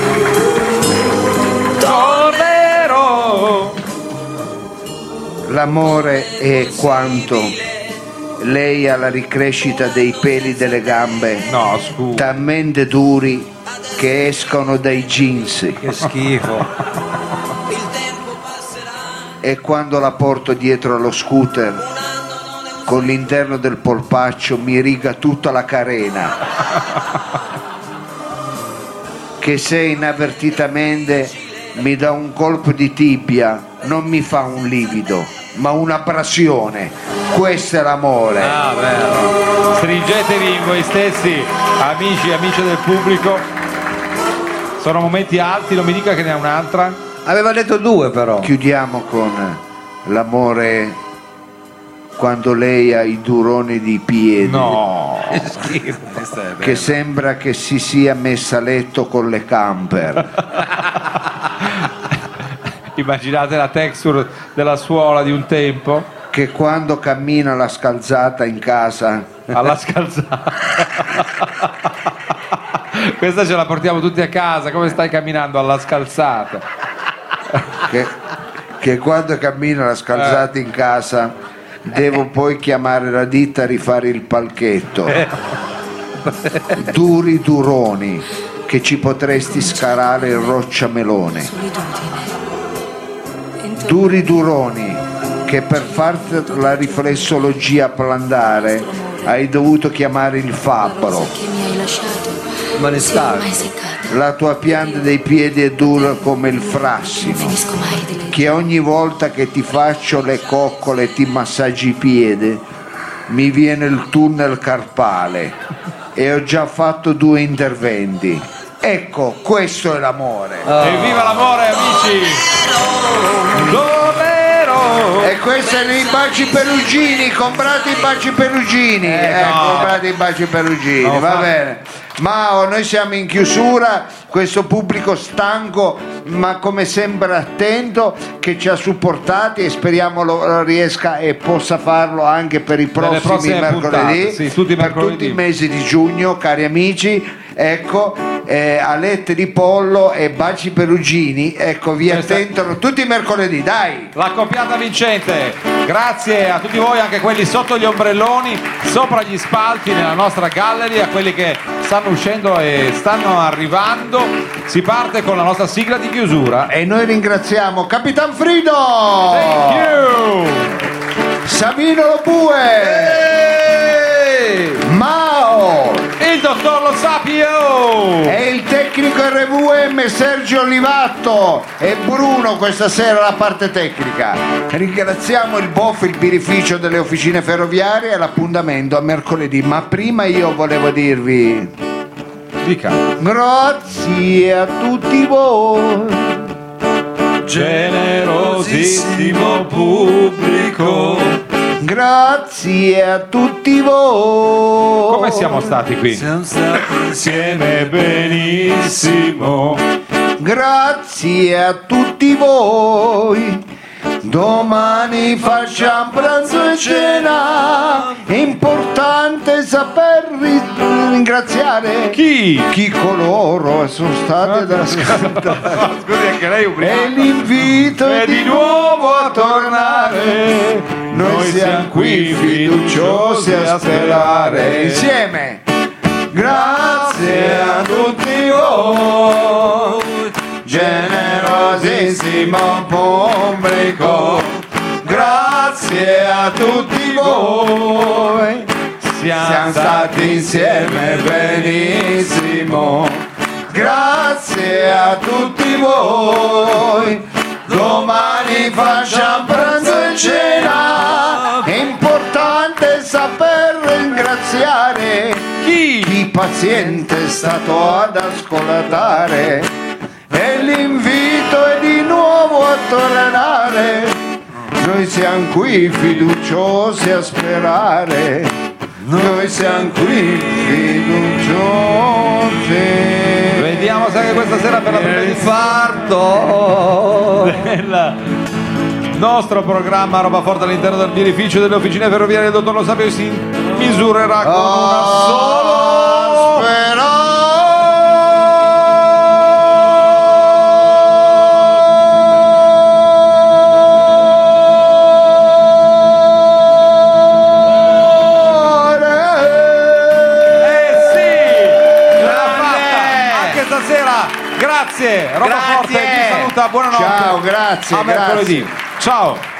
Tornerò. L'amore è quanto lei ha la ricrescita dei peli delle gambe, No, scusa. talmente duri che escono dai jeans. Che schifo. E quando la porto dietro allo scooter, con l'interno del polpaccio mi riga tutta la carena, che se inavvertitamente mi dà un colpo di tibia non mi fa un livido ma un'abrasione. Questo è l'amore. Ah, vero. Stringetevi in voi stessi, amici e amici del pubblico. Sono momenti alti, non mi dica che ne ha un'altra. Aveva detto due però. Chiudiamo con l'amore quando lei ha i duroni di piedi, No. che sembra che si sia messa a letto con le camper. Immaginate la texture della suola di un tempo. Che quando cammina la scalzata in casa, Alla scalzata. Questa ce la portiamo tutti a casa. Come stai camminando alla scalzata? che, che quando cammina la scalzata in casa devo poi chiamare la ditta a rifare il palchetto. Duri duroni che ci potresti scarare il rocciamelone. Duri duroni che per farti la riflessologia plandare hai dovuto chiamare il fabbro. Che mi hai lasciato. Ma ne Sei sta. mai seccata. La tua pianta dei piedi è dura come il frassino, Finisco mai di leggere. che ogni volta che ti faccio le coccole e ti massaggi i piedi mi viene il tunnel carpale e ho già fatto due interventi. Ecco, questo è l'amore. Evviva l'amore, amici! Tornerò! E questi sono i baci perugini, comprate i baci perugini, Eh, eh, no. comprate i baci perugini, No, va fa- bene. Mao, noi siamo in chiusura, questo pubblico stanco ma come sempre attento che ci ha supportati e speriamo lo riesca e possa farlo anche per i prossimi prossime mercoledì, puntate, sì, tutti i per mercoledì. tutti i mesi di giugno, cari amici. Ecco, eh, alette di pollo e baci perugini, ecco, vi Questa- attendono tutti i mercoledì, dai! La coppiata vincente, grazie a tutti voi, anche quelli sotto gli ombrelloni, sopra gli spalti nella nostra gallery, a quelli che stanno uscendo e stanno arrivando. Si parte con la nostra sigla di chiusura. E noi ringraziamo Capitan Frido, Thank you! Savino Lobue, Mao Il dottor Lo Sapio! e il tecnico R V M Sergio Olivatto e Bruno questa sera la parte tecnica. Ringraziamo il B O F, il birrificio delle officine ferroviarie e l'appuntamento a mercoledì. Ma prima io volevo dirvi Dica. grazie a tutti voi. Generosissimo pubblico. Grazie a tutti voi. Come siamo stati qui? Siamo stati Insieme benissimo. Grazie a tutti voi. Domani facciamo pranzo e cena. È importante saper ri- ringraziare Chi? chi coloro sono stati ad ascoltare. Scusi, anche lei E ubriaco. l'invito E è di nuovo a tornare. Noi siamo qui fiduciosi a sperare. Insieme. Grazie a tutti voi, generosissimo pubblico. Grazie a tutti voi. Siamo stati insieme benissimo. Grazie a tutti voi. Domani facciamo pranzo e cena. È importante saper ringraziare Chi? chi paziente è stato ad ascoltare. E l'invito partito e di nuovo a tornare, noi siamo qui fiduciosi a sperare, noi siamo qui fiduciosi. Vediamo se anche questa sera per la prima Infarto del nostro programma Roba Forte all'interno del birrificio delle officine ferroviarie del dottor Lo Sapio si misurerà con una solo grazie, Roba Grazie. Forte vi saluta, buonanotte. Ciao, grazie, a mercoledì. grazie. Ciao.